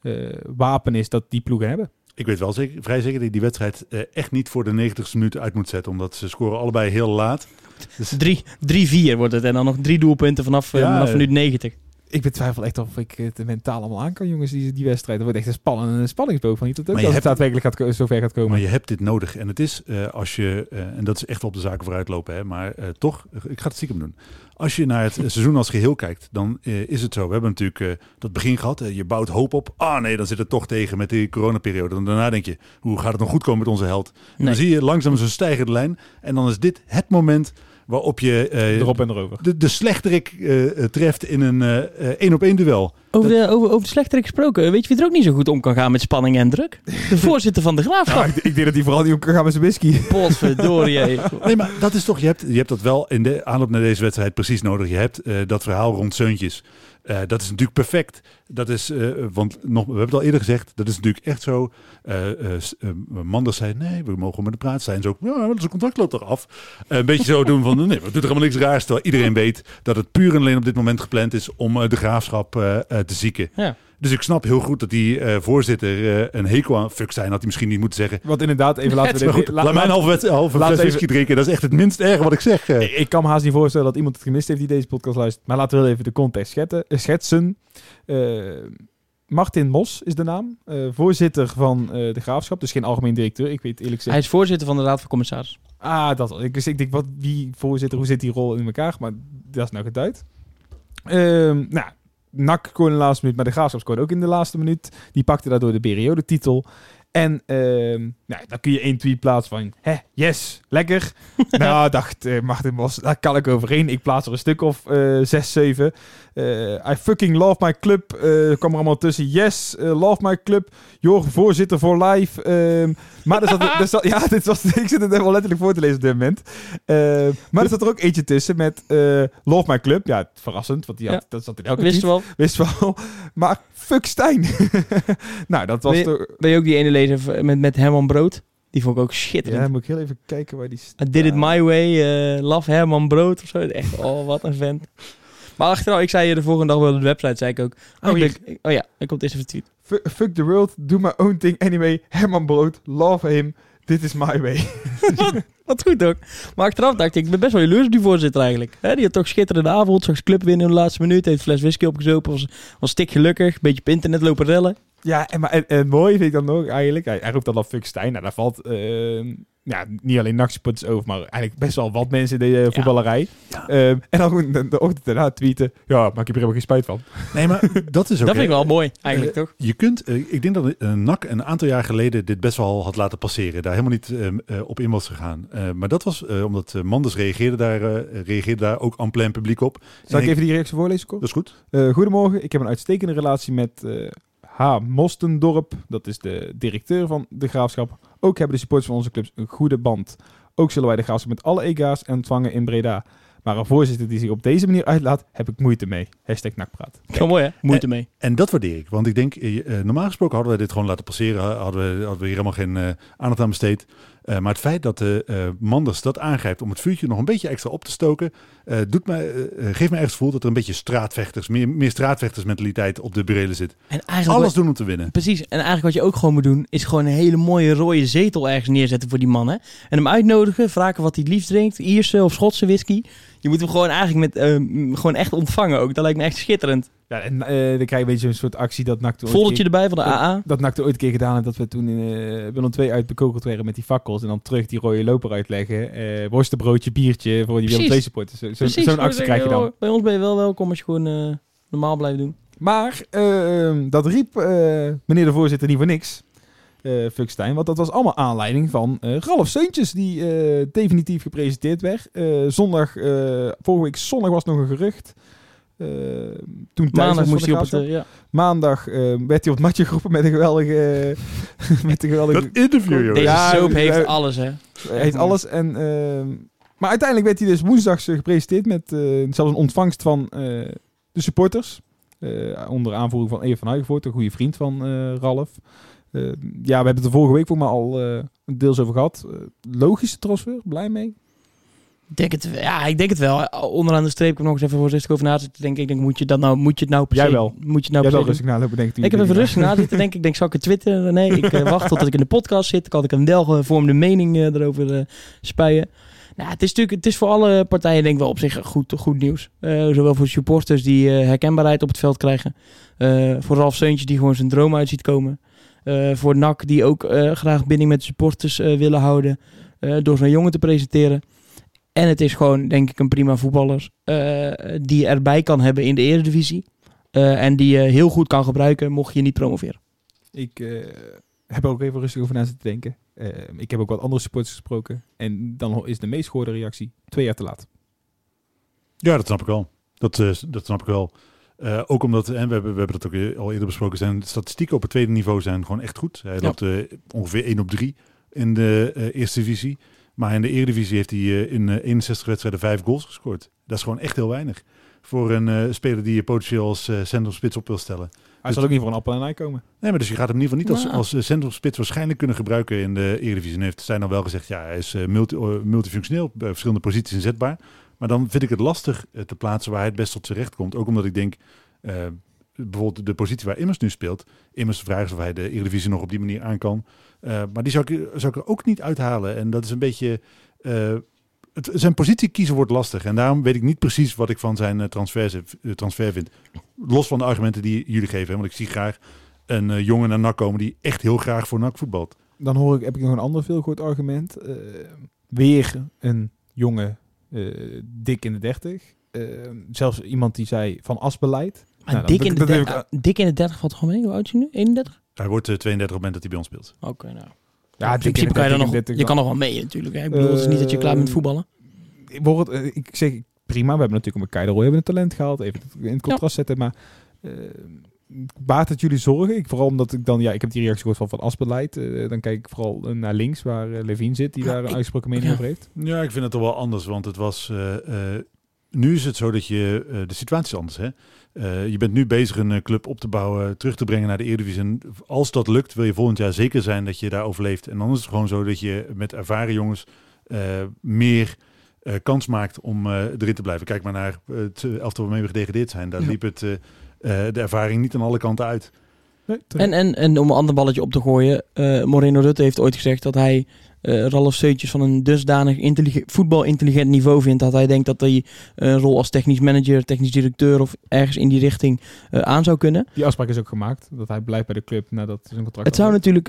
wapen is dat die ploegen hebben. Ik weet wel vrij zeker dat je die wedstrijd echt niet voor de 90ste minuut uit moet zetten. Omdat ze scoren allebei heel laat. Dus 3-4 wordt het. En dan nog 3 doelpunten vanaf minuut 90. Ik betwijfel echt of ik het mentaal allemaal aan kan, jongens, die wedstrijd. Dat wordt echt een spanningsboog van niet tot ook als het daadwerkelijk zover gaat komen. Maar je hebt dit nodig. En het is als je, en dat is echt wel op de zaken vooruitlopen, hè, maar toch, ik ga het stiekem doen. Als je naar het seizoen als geheel kijkt, dan is het zo. We hebben natuurlijk dat begin gehad. Je bouwt hoop op. Nee, dan zit het toch tegen met die coronaperiode. En daarna denk je, hoe gaat het nog goed komen met onze held? En dan zie je langzaam zo'n stijgende lijn. En dan is dit het moment waarop je erop en erover de slechterik treft in een 1-op-1 duel. Over de slechterik gesproken, weet je wie er ook niet zo goed om kan gaan met spanning en druk? De voorzitter van de Graafschap. Ja, ik denk dat hij vooral niet om kan gaan met zijn whisky. Potverdorie. Nee, maar dat is toch, je hebt dat wel in de aanloop naar deze wedstrijd precies nodig. Je hebt dat verhaal rond Seuntjes. Dat is natuurlijk perfect. Dat is, want we hebben het al eerder gezegd, dat is natuurlijk echt zo. Manders zei, nee, we mogen met de praat zijn. Zo, ja, maar zijn contract loopt toch af. Een beetje zo doen van, nee, we doen er helemaal niks raars. Terwijl iedereen weet dat het puur en alleen op dit moment gepland is om de Graafschap te zieken. Ja. Dus ik snap heel goed dat die voorzitter een hekel aan fuck zijn had hij misschien niet moeten zeggen. Want inderdaad, even laten we laat mij een halve fles whisky drinken. Dat is echt het minst erge wat ik zeg. Ik kan me haast niet voorstellen dat iemand het gemist heeft die deze podcast luistert. Maar laten we wel even de context schetsen. Martin Mos is de naam. Voorzitter van de Graafschap. Dus geen algemeen directeur. Ik weet eerlijk gezegd. Hij is voorzitter van de Raad van Commissarissen. Dat. Ik denk, wie voorzitter, hoe zit die rol in elkaar? Maar dat is nou geduid. NAC scoorde in de laatste minuut, maar de Graafschap scoorde ook in de laatste minuut. Die pakte daardoor de periodetitel. En dan kun je 1 tweet plaatsen van... yes, lekker. Nou, dacht Martin Bos, daar kan ik overheen. Ik plaats er een stuk of 6, 7. I fucking love my club. Kwam er allemaal tussen. Yes, love my club. Jorg, voorzitter voor life. Maar ik zit het even letterlijk voor te lezen op dit moment. Maar er zat er ook eentje tussen met love my club. Ja, verrassend, want dat zat in elke tweet. Wist wel. Maar fuck Stijn. Nou, dat was toch... Ben je ook die ene lezer met Herman Brood? Die vond ik ook schitterend. Ja, moet ik heel even kijken waar die staat. I did it my way. Love Herman Brood of zo. Echt, wat een vent. Maar achteraf, ik zei je de volgende dag wel op de website, zei ik ook... ik kom het eerst even tweet. Fuck the world, do my own thing anyway. Herman Brood, love him, this is my way. Wat goed ook. Maar achteraf dacht ik ben best wel jaloers op die voorzitter eigenlijk. Die had toch schitterende avond, straks club winnen in de laatste minuut. Heeft een fles whisky opgezopen, was stik gelukkig. Een beetje op internet lopen rellen. Ja, en mooi vind ik dan ook eigenlijk. Hij roept dan fuck Stijn. Nou, daar valt niet alleen NAC-supporters over, maar eigenlijk best wel wat mensen in de voetballerij. Ja. En dan gewoon de ochtend daarna tweeten. Ja, maar ik heb er helemaal geen spijt van. Nee, maar dat is ook... Dat vind ik wel mooi, eigenlijk toch? Je kunt... ik denk dat NAC een aantal jaar geleden dit best wel had laten passeren. Daar helemaal niet op in was gegaan. Maar dat was omdat Manders reageerde daar ook en plein publiek op. Zal ik even die reactie voorlezen, Cor? Dat is goed. Goedemorgen, ik heb een uitstekende relatie met... H. Mostendorp, dat is de directeur van de Graafschap. Ook hebben de supporters van onze clubs een goede band. Ook zullen wij de Graafschap met alle ega's ontvangen in Breda. Maar een voorzitter die zich op deze manier uitlaat, heb ik moeite mee. #NACpraat. Zo mooi hè? Moeite mee. En dat waardeer ik. Want ik denk, normaal gesproken hadden we dit gewoon laten passeren. Hadden we hier helemaal geen aandacht aan besteed. Maar het feit dat Manders dat aangrijpt om het vuurtje nog een beetje extra op te stoken... geeft me echt het gevoel dat er een beetje meer straatvechtersmentaliteit op de burelen zit. En alles doen om te winnen. Precies. En eigenlijk wat je ook gewoon moet doen, is gewoon een hele mooie rode zetel ergens neerzetten voor die man. Hè? En hem uitnodigen, vragen wat hij het liefst drinkt. Ierse of Schotse whisky. Je moet hem gewoon eigenlijk gewoon echt ontvangen ook. Dat lijkt me echt schitterend. Ja, en dan krijg je een beetje een soort actie dat NAC... Foldertje erbij van de AA. Dat NAC ooit een keer gedaan heeft dat we toen in Willem 2 uitbekogeld werden met die fakkels. En dan terug die rode loper uitleggen. Worstenbroodje, biertje voor die Willem 2 supporters. Zo'n actie krijg je dan. Bij ons ben je wel welkom als je gewoon normaal blijft doen. Maar dat riep meneer de voorzitter niet voor niks. Fuck Stijn, want dat was allemaal aanleiding van Ralf Seuntjes die definitief gepresenteerd werd. Vorige week zondag was nog een gerucht. Toen maandag moest hij op het... Maandag werd hij op het matje geroepen met een geweldige... Dat interview, joh. Deze soap heeft alles, hè? Heeft alles. En, maar uiteindelijk werd hij dus woensdags gepresenteerd met zelfs een ontvangst van de supporters. Onder aanvoering van Eve van Huigenvoort, een goede vriend van Ralf. We hebben het er vorige week voor maar al deels over gehad. Logische transfer, blij mee? Ik denk het wel. Onderaan de streep, ik heb nog eens even voorzichtig over na zitten denken. Ik denk, moet je het nou per se... Jij wel. Jij wel rustig nalopen, denk ik. Ik heb even rustig na zitten denken. Ik denk, zal ik het twitteren? Nee, ik wacht totdat ik in de podcast zit. Kan ik een welgevormde mening erover spuien. Nou, het is voor alle partijen denk ik wel op zich goed nieuws. Zowel voor supporters die herkenbaarheid op het veld krijgen. Voor Ralf Seuntjes die gewoon zijn droom uit ziet komen. Voor NAC die ook graag binding met de supporters willen houden. Door zo'n jongen te presenteren. En het is gewoon, denk ik, een prima voetballer die je erbij kan hebben in de Eredivisie. En die je heel goed kan gebruiken mocht je niet promoveren. Ik heb ook even rustig over na zitten denken. Ik heb ook wat andere supporters gesproken. En dan is de meest gehoorde reactie 2 jaar te laat. Ja, dat snap ik wel. Dat snap ik wel. Ook omdat, en we hebben dat ook al eerder besproken, zijn de statistieken op het tweede niveau zijn gewoon echt goed. Hij loopt ongeveer 1 op 3 in de eerste divisie. Maar in de Eredivisie heeft hij in 61 wedstrijden 5 goals gescoord. Dat is gewoon echt heel weinig. Voor een speler die je potentieel als centrumspits op wil stellen. Hij zal ook niet voor een appel en ei komen. Nee, maar dus je gaat hem in ieder geval niet als centrumspits waarschijnlijk kunnen gebruiken in de Eredivisie. En heeft Stijn al wel gezegd, hij is multifunctioneel, op verschillende posities inzetbaar. Maar dan vind ik het lastig te plaatsen waar hij het best tot zijn recht komt. Ook omdat ik denk, bijvoorbeeld de positie waar Immers nu speelt. Immers vraagt of hij de Eredivisie nog op die manier aan kan. Maar die zou ik er ook niet uithalen. En dat is een beetje... zijn positie kiezen wordt lastig. En daarom weet ik niet precies wat ik van zijn transfer vind. Los van de argumenten die jullie geven. Hè, want ik zie graag een jongen naar NAC komen die echt heel graag voor NAC voetbalt. Dan heb ik nog een ander veelgehoord argument. Weer een jongen dik in de 30. Zelfs iemand die zei van asbeleid. Maar dik in de 30 valt gewoon mee. Hoe oud is hij nu? 31? Hij wordt 32 op het moment dat hij bij ons speelt. Oké, nou. Ja, In principe kan je kan nog wel mee natuurlijk. Hè? Ik bedoel, het is niet dat je klaar bent voetballen. Ik zeg prima, we hebben natuurlijk met Keideroy een talent gehaald. Even in het contrast zetten, maar... baart het jullie zorgen? Vooral omdat ik dan... Ja, ik heb die reactie gehoord van Asbeleid. Dan kijk ik vooral naar links, waar Levine zit, die daar een uitgesproken mening over heeft. Ja, ik vind het toch wel anders, want het was... nu is het zo dat je... de situatie is anders, hè? Je bent nu bezig een club op te bouwen, terug te brengen naar de Eredivisie. En als dat lukt, wil je volgend jaar zeker zijn dat je daar overleeft. En dan is het gewoon zo dat je met ervaren jongens meer kans maakt om erin te blijven. Kijk maar naar het elftal waarmee we gedegradeerd zijn. Daar liep het... de ervaring niet aan alle kanten uit. Nee, en om een ander balletje op te gooien. Moreno Rutte heeft ooit gezegd dat hij Ralf Seuntjes van een dusdanig voetbalintelligent niveau vindt. Dat hij denkt dat hij een rol als technisch manager, technisch directeur of ergens in die richting aan zou kunnen. Die afspraak is ook gemaakt. Dat hij blijft bij de club nadat zijn contract... Het zou natuurlijk,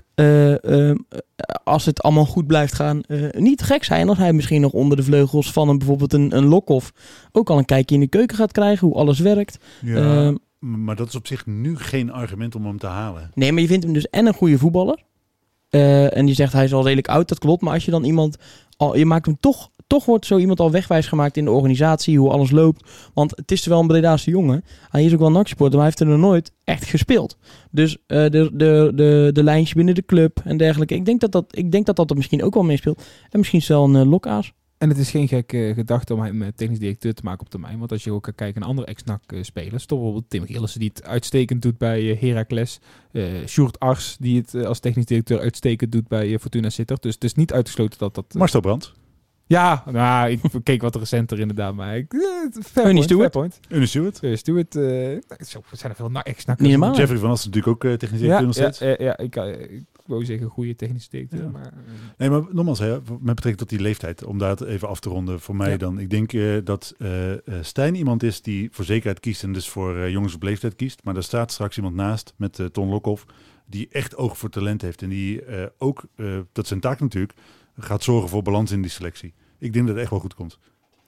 als het allemaal goed blijft gaan, niet gek zijn als hij misschien nog onder de vleugels van bijvoorbeeld een Lokhoff ook al een kijkje in de keuken gaat krijgen, hoe alles werkt. Ja, maar dat is op zich nu geen argument om hem te halen. Nee, maar je vindt hem dus en een goede voetballer. En je zegt hij is al redelijk oud, dat klopt. Maar als je dan iemand... je maakt hem toch wordt zo iemand al wegwijs gemaakt in de organisatie, hoe alles loopt. Want het is wel een Bredaanse jongen. Hij is ook wel een NAC-supporter, maar hij heeft er nog nooit echt gespeeld. Dus de lijntje binnen de club en dergelijke. Ik denk dat er misschien ook wel meespeelt. En misschien is wel een lokaas. En het is geen gekke gedachte om hem technisch directeur te maken op termijn. Want als je ook kan kijken naar andere ex-NAC-spelers. Toch bijvoorbeeld Tim Gillissen die het uitstekend doet bij Heracles. Sjoerd Ars die het als technisch directeur uitstekend doet bij Fortuna Sittard. Dus het is niet uitgesloten dat... Marcel Brandt. Ja, nou, ik keek wat recenter inderdaad. Maar Ernie Stewart. Ernie Stewart. Stuart. Zijn er veel ex-NAC. Niet normaal. Jeffrey van Asten natuurlijk ook technisch directeur nog steeds. Ja, ik wou zeggen goede technische directeur. Ja. Maar, nee, maar nogmaals, met betrekking tot die leeftijd, om daar het even af te ronden voor mij dan. Ik denk dat Stijn iemand is die voor zekerheid kiest en dus voor jongens op leeftijd kiest. Maar daar staat straks iemand naast met Ton Lokhoff, die echt oog voor talent heeft. En die ook, dat is zijn taak natuurlijk, gaat zorgen voor balans in die selectie. Ik denk dat het echt wel goed komt.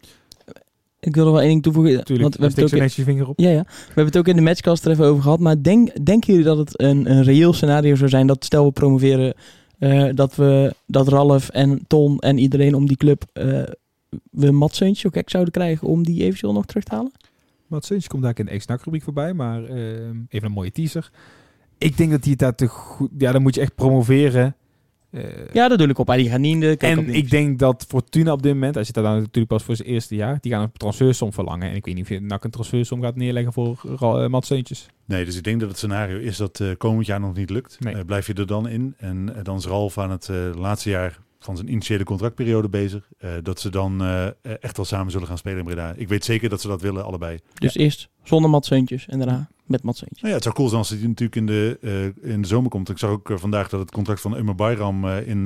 Ik wil er wel één ding toevoegen. Tuurlijk, want we hebben je vinger op. Ja. We hebben het ook in de matchcast er even over gehad. Maar denken jullie dat het een reëel scenario zou zijn dat stel we promoveren, dat Ralf en Ton en iedereen om die club we Mats Seuntjes ook gek zouden krijgen om die eventueel nog terug te halen? Mats Seuntjes komt daar in de ex-NAC-rubriek voorbij, maar even een mooie teaser. Ik denk dat hij daar te goed... Ja, dan moet je echt promoveren. Ja, dat doe ik op. Die gaan niet in de... En ik denk dat Fortuna op dit moment, hij zit daar dan natuurlijk pas voor zijn eerste jaar, die gaan een transfersom verlangen. En ik weet niet of NAC een transfersom gaat neerleggen voor Mats Seuntjes. Nee, dus ik denk dat het scenario is dat komend jaar nog niet lukt. Nee. Blijf je er dan in. En dan is Ralf aan het laatste jaar van zijn initiële contractperiode bezig. Dat ze dan echt wel samen zullen gaan spelen in Breda. Ik weet zeker dat ze dat willen, allebei. Dus eerst zonder Mats Seuntjes en daarna met Mats Seuntjes. Nou ja, het zou cool zijn als hij natuurlijk in de zomer komt. Ik zag ook vandaag dat het contract van Ömer Bayram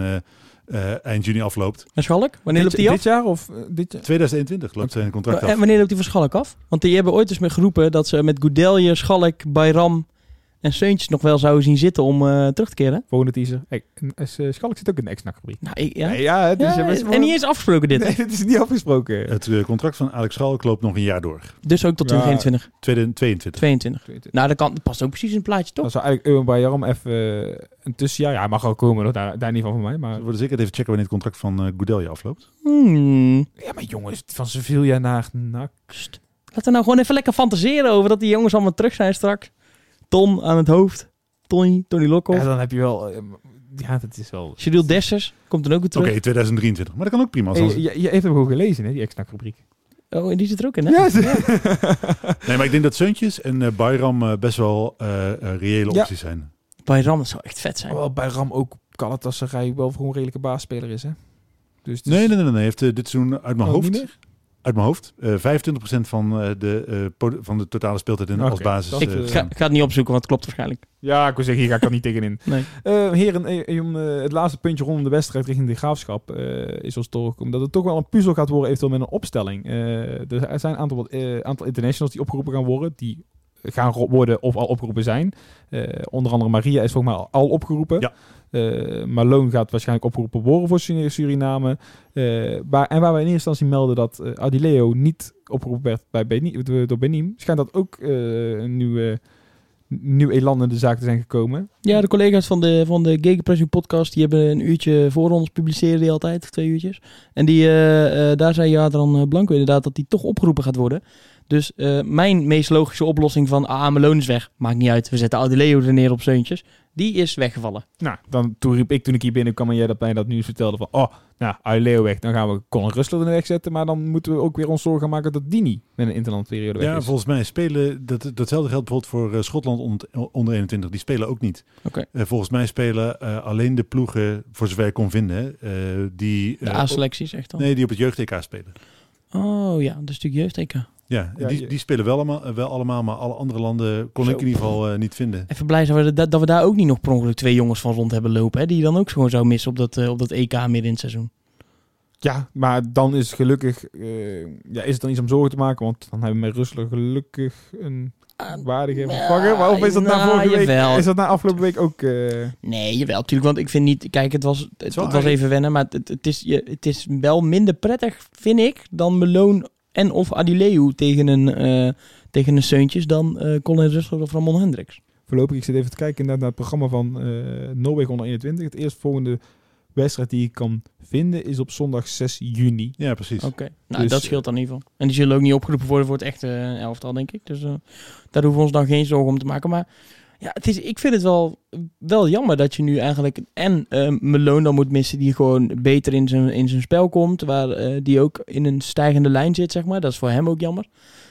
eind juni afloopt. En Schalk? Wanneer loopt die af? Dit jaar of dit jaar? 2021 loopt zijn contract af. En wanneer loopt die voor Schalk af? Want die hebben ooit eens met geroepen dat ze met Goudelje, Schalk, Bayram en Seuntjes nog wel zouden zien zitten om terug te keren. Volgende teaser. Hey, Schalk zit ook in de ex-NAC-rubriek. Nou, ja. Nee, ja, het is En niet eens afgesproken dit. Nee, dit is niet afgesproken. Het contract van Alex Schalk loopt nog een jaar door. Dus ook tot 2021. 2022. Nou, dat past ook precies in het plaatje, toch? Dan zou eigenlijk Euwen Bayram even een tussenjaar... Ja, mag ook komen, daar niet van mij. Maar... We worden zeker even checken wanneer het contract van Goudelje afloopt. Ja, maar jongens, van Sevilla naar NAC. Laten we nou gewoon even lekker fantaseren over dat die jongens allemaal terug zijn straks. Ton aan het hoofd. Tony Lokhoff. Ja, dan heb je wel... ja, dat is wel... Schedule Dessers komt dan ook weer terug. Oké, 2023. Maar dat kan ook prima. Je heeft hem gewoon gelezen, hè, die ex-NAC-rubriek. Oh, en die zit er ook in, hè? Ja, nee, maar ik denk dat Seuntjes en Bayram best wel reële opties zijn. Bayram zou echt vet zijn. Wel, Bayram ook Galatasaray wel voor een redelijke baasspeler is, hè? Dus Nee. Hij heeft dit seizoen uit mijn hoofd... Niet meer? Uit mijn hoofd. 25% van de totale speeltijd in als basis. Ik ga het niet opzoeken, want het klopt waarschijnlijk. Ja, ik wil zeggen, hier ga ik er niet tegenin. Nee. Heren, het laatste puntje rondom de wedstrijd richting de Graafschap is ons toch omdat het toch wel een puzzel gaat worden eventueel met een opstelling. Er zijn een aantal internationals die opgeroepen gaan worden, die gaan worden of al opgeroepen zijn. Onder andere Maria is volgens mij al opgeroepen. Ja. Malone gaat waarschijnlijk opgeroepen worden voor Suriname. En waar we in eerste instantie melden dat Adileo niet opgeroepen werd door Benin, schijnt dat ook nu nieuw elan in de zaak te zijn gekomen. Ja, de collega's van de Gegenpressing podcast, die hebben een uurtje voor ons, publiceren die altijd, of 2 uurtjes. En daar zei Jadran Blanco inderdaad dat die toch opgeroepen gaat worden. Dus mijn meest logische oplossing van, Malone is weg, maakt niet uit, we zetten Audileo er neer op Seuntjes, die is weggevallen. Nou, toen riep ik toen ik hier binnenkwam en jij dat mij dat nieuws vertelde van, Aileo weg, dan gaan we Colin Rustler er weg zetten, maar dan moeten we ook weer ons zorgen gaan maken dat die niet met een interlandperiode weg is. Ja, volgens mij spelen, datzelfde geldt bijvoorbeeld voor Schotland onder 21, die spelen ook niet. Okay. Volgens mij spelen alleen de ploegen, voor zover ik kon vinden, die... De A-selecties echt dan? Nee, die op het jeugd-EK spelen. Oh ja, dat is natuurlijk jeugd-EK. Ja, die spelen wel allemaal, maar alle andere landen kon ik in ieder geval niet vinden. Even blij zijn dat we daar ook niet nog per ongeluk 2 jongens van rond hebben lopen, hè, die je dan ook gewoon zou missen op dat EK midden in het seizoen. Ja, maar dan is gelukkig, is het dan iets om zorgen te maken, want dan hebben we met Rustler gelukkig een waardige vervanger. Maar of is dat na vorige week? Is dat na afgelopen week ook? Nee, jawel, natuurlijk. Want ik vind niet. Kijk, het was even wennen, maar het is wel minder prettig, vind ik, dan Malone en of Audileo tegen een Seuntjes dan Colin Rustler of Ramon Hendricks. Voorlopig, ik zit even te kijken naar het programma van Noorwegen onder 21. Het eerstvolgende wedstrijd die ik kan vinden is op zondag 6 juni. Ja, precies. Oké. Nou, dus, dat scheelt dan in ieder geval. En die zullen ook niet opgeroepen worden voor het echte elftal, denk ik. Dus daar hoeven we ons dan geen zorgen om te maken. Maar ja, ik vind het wel jammer dat je nu eigenlijk Malone dan moet missen, die gewoon beter in zijn spel komt, waar die ook in een stijgende lijn zit, zeg maar. Dat is voor hem ook jammer.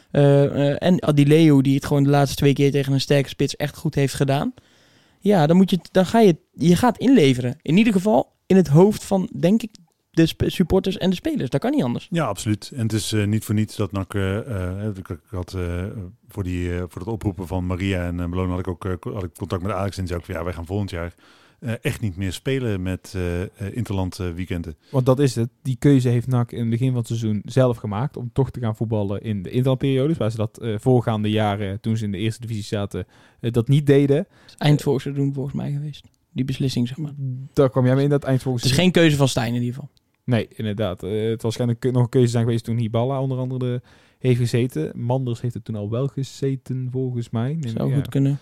En Audileo, die het gewoon de laatste 2 keer tegen een sterke spits echt goed heeft gedaan. Ja, dan ga je gaat inleveren. In ieder geval in het hoofd van, denk ik, de supporters en de spelers. Dat kan niet anders. Ja, absoluut. En het is niet voor niets dat NAC... ik had voor het oproepen van Maria en Malone had ik contact met Alex en zei ook van, wij gaan volgend jaar echt niet meer spelen met interland weekenden. Want dat is het. Die keuze heeft NAC in het begin van het seizoen zelf gemaakt om toch te gaan voetballen in de interlandperiodes, waar ze dat voorgaande jaren, toen ze in de eerste divisie zaten, dat niet deden. Eind vorig seizoen volgens mij geweest. Die beslissing, zeg maar. Daar kwam jij mee in dat eind volgens. Het is geen keuze van Stijn in ieder geval. Nee, inderdaad. Het was waarschijnlijk nog een keuze zijn geweest toen Hiballa onder andere heeft gezeten. Manders heeft het toen al wel gezeten, volgens mij. Zou goed kunnen.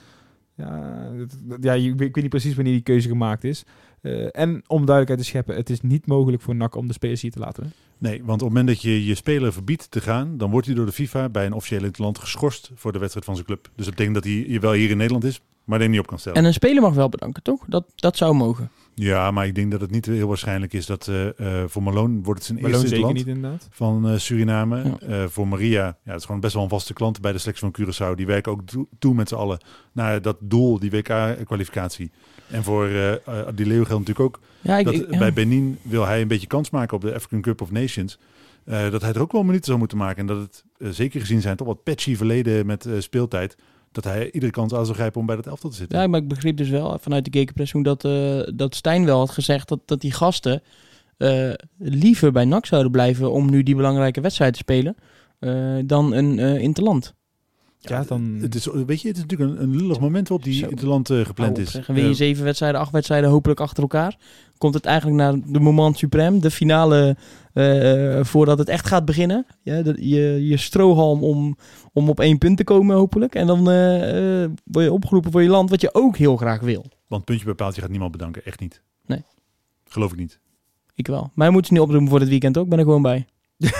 Ja, ik weet niet precies wanneer die keuze gemaakt is. En om duidelijkheid te scheppen, het is niet mogelijk voor NAC om de spelers hier te laten. Hè? Nee, want op het moment dat je je speler verbiedt te gaan, dan wordt hij door de FIFA bij een officieel interland geschorst voor de wedstrijd van zijn club. Dus dat betekent dat hij wel hier in Nederland is, maar er niet op kan stellen. En een speler mag wel bedanken, toch? Dat zou mogen. Ja, maar ik denk dat het niet heel waarschijnlijk is dat voor Malone wordt het zijn Malone eerste land niet, inderdaad. Van Suriname. Ja. Voor Maria, het is gewoon best wel een vaste klant bij de selectie van Curaçao. Die werken ook toe met z'n allen naar dat doel, die WK-kwalificatie. En voor Audileo geldt natuurlijk ook bij Benin wil hij een beetje kans maken op de African Cup of Nations. Dat hij er ook wel minuten zou moeten maken. En dat het zeker gezien zijn toch wat patchy verleden met speeltijd, dat hij iedere kans aan zou grijpen om bij dat elftal te zitten. Ja, maar ik begreep dus wel vanuit de Gegenpressing dat Stijn wel had gezegd dat die gasten liever bij NAC zouden blijven om nu die belangrijke wedstrijd te spelen dan een interland. Ja, dan... het is natuurlijk een lullig moment waarop die interland gepland is. Win je 7 wedstrijden, 8 wedstrijden hopelijk achter elkaar. Komt het eigenlijk naar de moment suprême, de finale voordat het echt gaat beginnen. Ja, je strohalm om op 1 punt te komen hopelijk. En dan word je opgeroepen voor je land, wat je ook heel graag wil. Want puntje bij paaltje gaat niemand bedanken, echt niet. Nee. Geloof ik niet. Ik wel. Maar je moet ze niet oproepen voor dit weekend ook, ben er gewoon bij.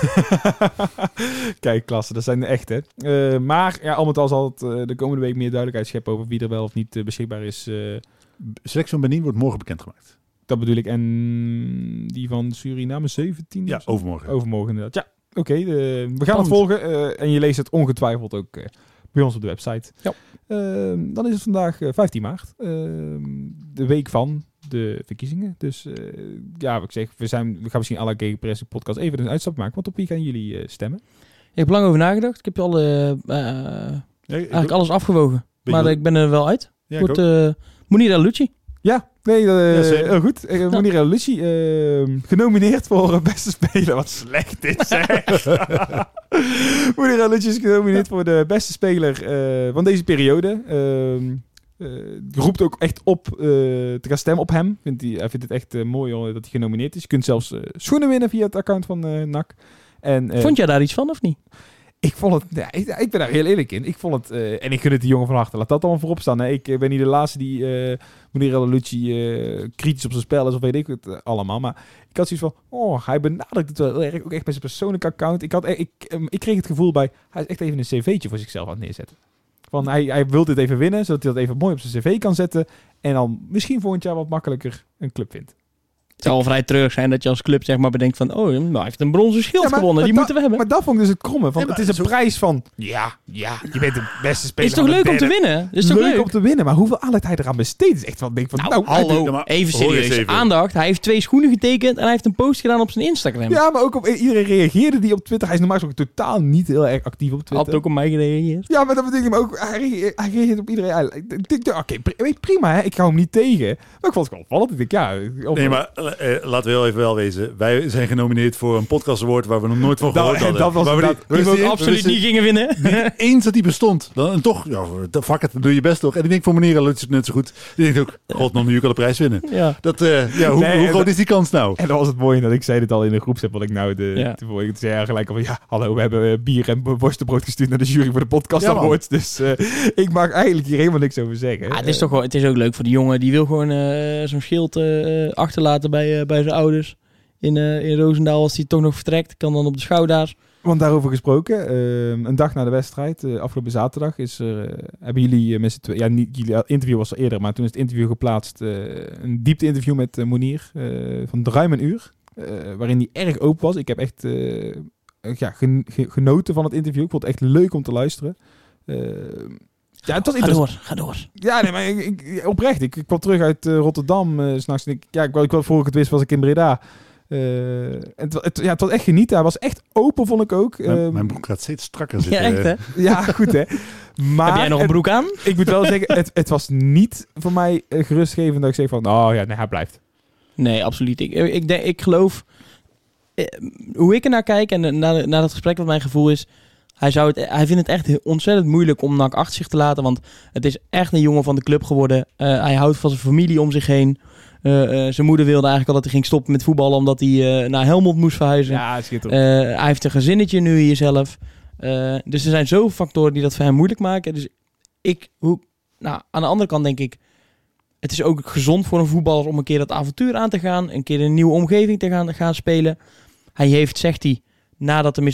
Kijk, klasse, dat zijn de echte. Maar ja, al met al zal het de komende week meer duidelijkheid scheppen over wie er wel of niet beschikbaar is. Selectie van Benin wordt morgen bekendgemaakt. Dat bedoel ik. En die van Suriname 17? Ja, overmorgen. Overmorgen inderdaad. Ja, oké. We gaan het volgen. En je leest het ongetwijfeld ook bij ons op de website. Ja. Dan is het vandaag 15 maart. De week van de verkiezingen. Dus wat ik zeg, we gaan misschien alle Gegenpressing podcast even een uitstap maken. Want op wie gaan jullie stemmen? Ik heb lang over nagedacht. Ik heb eigenlijk alles afgewogen. Maar ik ben er wel uit. Ja, Mounir El Lucci. Ja, heel goed. Mounir El Lucci, genomineerd voor beste speler. Wat slecht dit zeg. Mounir El Lucci is genomineerd voor de beste speler van deze periode. Roept ook echt op te gaan stemmen op hem. Hij vindt het echt mooi dat hij genomineerd is. Je kunt zelfs schoenen winnen via het account van NAC. Vond jij daar iets van of niet? Ik vond het... Ja, ik ben daar heel eerlijk in. Ik vond het... en ik gun het die jongen van harte. Laat dat allemaal voorop staan. Hè. Ik ben niet de laatste die meneer Lucci kritisch op zijn spel is of weet ik het allemaal. Maar ik had zoiets van... hij benadrukt het wel heel erg. Ook echt met zijn persoonlijke account. Ik kreeg het gevoel bij... Hij is echt even een cv'tje voor zichzelf aan het neerzetten. Van hij wil dit even winnen, zodat hij dat even mooi op zijn cv kan zetten. En dan misschien volgend jaar wat makkelijker een club vindt. Het zal vrij treurig zijn dat je als club zeg maar bedenkt van... hij heeft een bronzen schild gewonnen, die moeten we hebben. Maar dat vond ik dus het kromme. Van, Nee, het is een prijs van... Ja, je bent de beste speler. Is toch leuk om te winnen? Is toch leuk om te winnen, maar hoeveel aandacht hij eraan besteedt is echt wel... Denk van, hallo, even serieus. Aandacht, hij heeft 2 schoenen getekend en hij heeft een post gedaan op zijn Instagram. Ja, maar ook iedereen reageerde die op Twitter. Hij is normaal gesproken totaal niet heel erg actief op Twitter. Had ook op mij gereageerd. Ja, maar dat betekent ook... Hij reageert op iedereen. Ik dacht, oké, prima, hè. Ik hou hem niet tegen. Maar ik vond het wel opvallend. Ik denk, Nee, maar laten we heel even wel wezen. Wij zijn genomineerd voor een podcast award waar we nog nooit van gehoord hadden. Dat was die we ook absoluut niet gingen winnen. Eens dat die bestond. Dan toch, fuck it, dan doe je best toch. En ik denk voor meneer Lutz net zo goed. Die denkt ook, god, nog nu kan de prijs winnen. Ja. Hoe groot is die kans nou? En dan was het mooi dat ik zei dit al in de groepsapp, wat ik nou ik zei gelijk al van, hallo, we hebben bier en worstenbrood gestuurd naar de jury voor de podcast awards. Dus ik mag eigenlijk hier helemaal niks over zeggen. Het is ook leuk voor die jongen. Die wil gewoon zo'n schild achterlaten bij zijn ouders. In Roosendaal, als hij toch nog vertrekt, kan dan op de schouder. Want daarover gesproken, een dag na de wedstrijd, afgelopen zaterdag, hebben jullie met z'n tweeën... Ja, niet, jullie interview was al eerder, maar toen is het interview geplaatst. Een diepte-interview met Mounir van ruim een uur, waarin hij erg open was. Ik heb echt genoten van het interview. Ik vond het echt leuk om te luisteren. Ja, het was Ga door. Ja, nee, maar oprecht. Ik kwam terug uit Rotterdam 's nachts. Voor ik het wist was ik in Breda. Het was echt genieten. Hij was echt open, vond ik ook. Mijn broek gaat steeds strakker zitten. Ja, echt hè? Ja, goed hè. Maar heb jij nog een broek aan? Ik moet wel zeggen, het was niet voor mij gerustgevend dat ik zeg van... hij blijft. Nee, absoluut. Ik geloof... hoe ik er naar kijk en naar dat gesprek wat mijn gevoel is... Hij vindt het echt ontzettend moeilijk om NAC achter zich te laten. Want het is echt een jongen van de club geworden. Hij houdt van zijn familie om zich heen. Zijn moeder wilde eigenlijk al dat hij ging stoppen met voetballen. Omdat hij naar Helmond moest verhuizen. Ja, schitterend. Hij heeft een gezinnetje nu hier zelf. Dus er zijn zoveel factoren die dat voor hem moeilijk maken. Dus aan de andere kant denk ik... Het is ook gezond voor een voetballer om een keer dat avontuur aan te gaan. Een keer in een nieuwe omgeving te gaan spelen. Hij heeft, zegt hij... Nadat de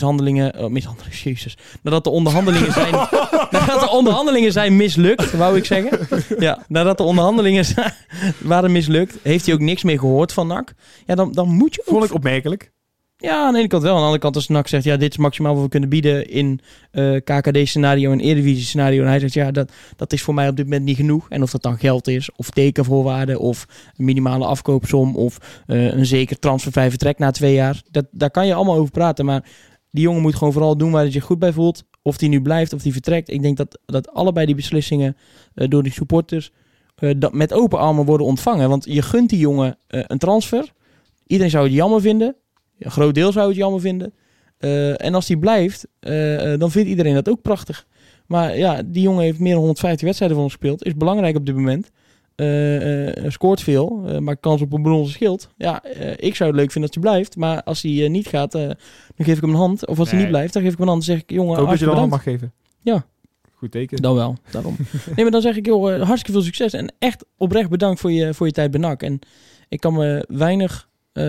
nadat de onderhandelingen zijn mislukt, wou ik zeggen. Ja, nadat de onderhandelingen waren mislukt, heeft hij ook niks meer gehoord van NAC. Ja, dan moet je ook... Vond ik opmerkelijk. Ja, aan de ene kant wel. Aan de andere kant als NAC zegt, dit is maximaal wat we kunnen bieden in KKD-scenario en Eredivisie-scenario. En hij zegt, dat is voor mij op dit moment niet genoeg. En of dat dan geld is, of tekenvoorwaarden, of een minimale afkoopsom, of een zeker transfervrij vertrek na 2 jaar. Daar kan je allemaal over praten. Maar die jongen moet gewoon vooral doen waar hij zich goed bij voelt. Of die nu blijft, of die vertrekt. Ik denk dat allebei die beslissingen door die supporters met open armen worden ontvangen. Want je gunt die jongen een transfer. Iedereen zou het jammer vinden. Een groot deel zou het jammer vinden. En als die blijft, dan vindt iedereen dat ook prachtig. Maar ja, die jongen heeft meer dan 150 wedstrijden voor ons gespeeld. Is belangrijk op dit moment. Scoort veel, maakt kans op een bronzen schild. Ja, ik zou het leuk vinden als hij blijft. Maar als hij niet gaat, dan geef ik hem een hand. Of als hij niet blijft, dan geef ik hem een hand. Dan zeg ik, jongen, ook dat je dan bedankt. mag geven. Ja. Goed teken. Dan wel, daarom. Nee, maar dan zeg ik, joh, hartstikke veel succes. En echt oprecht bedankt voor je tijd bij NAC. En ik kan me weinig...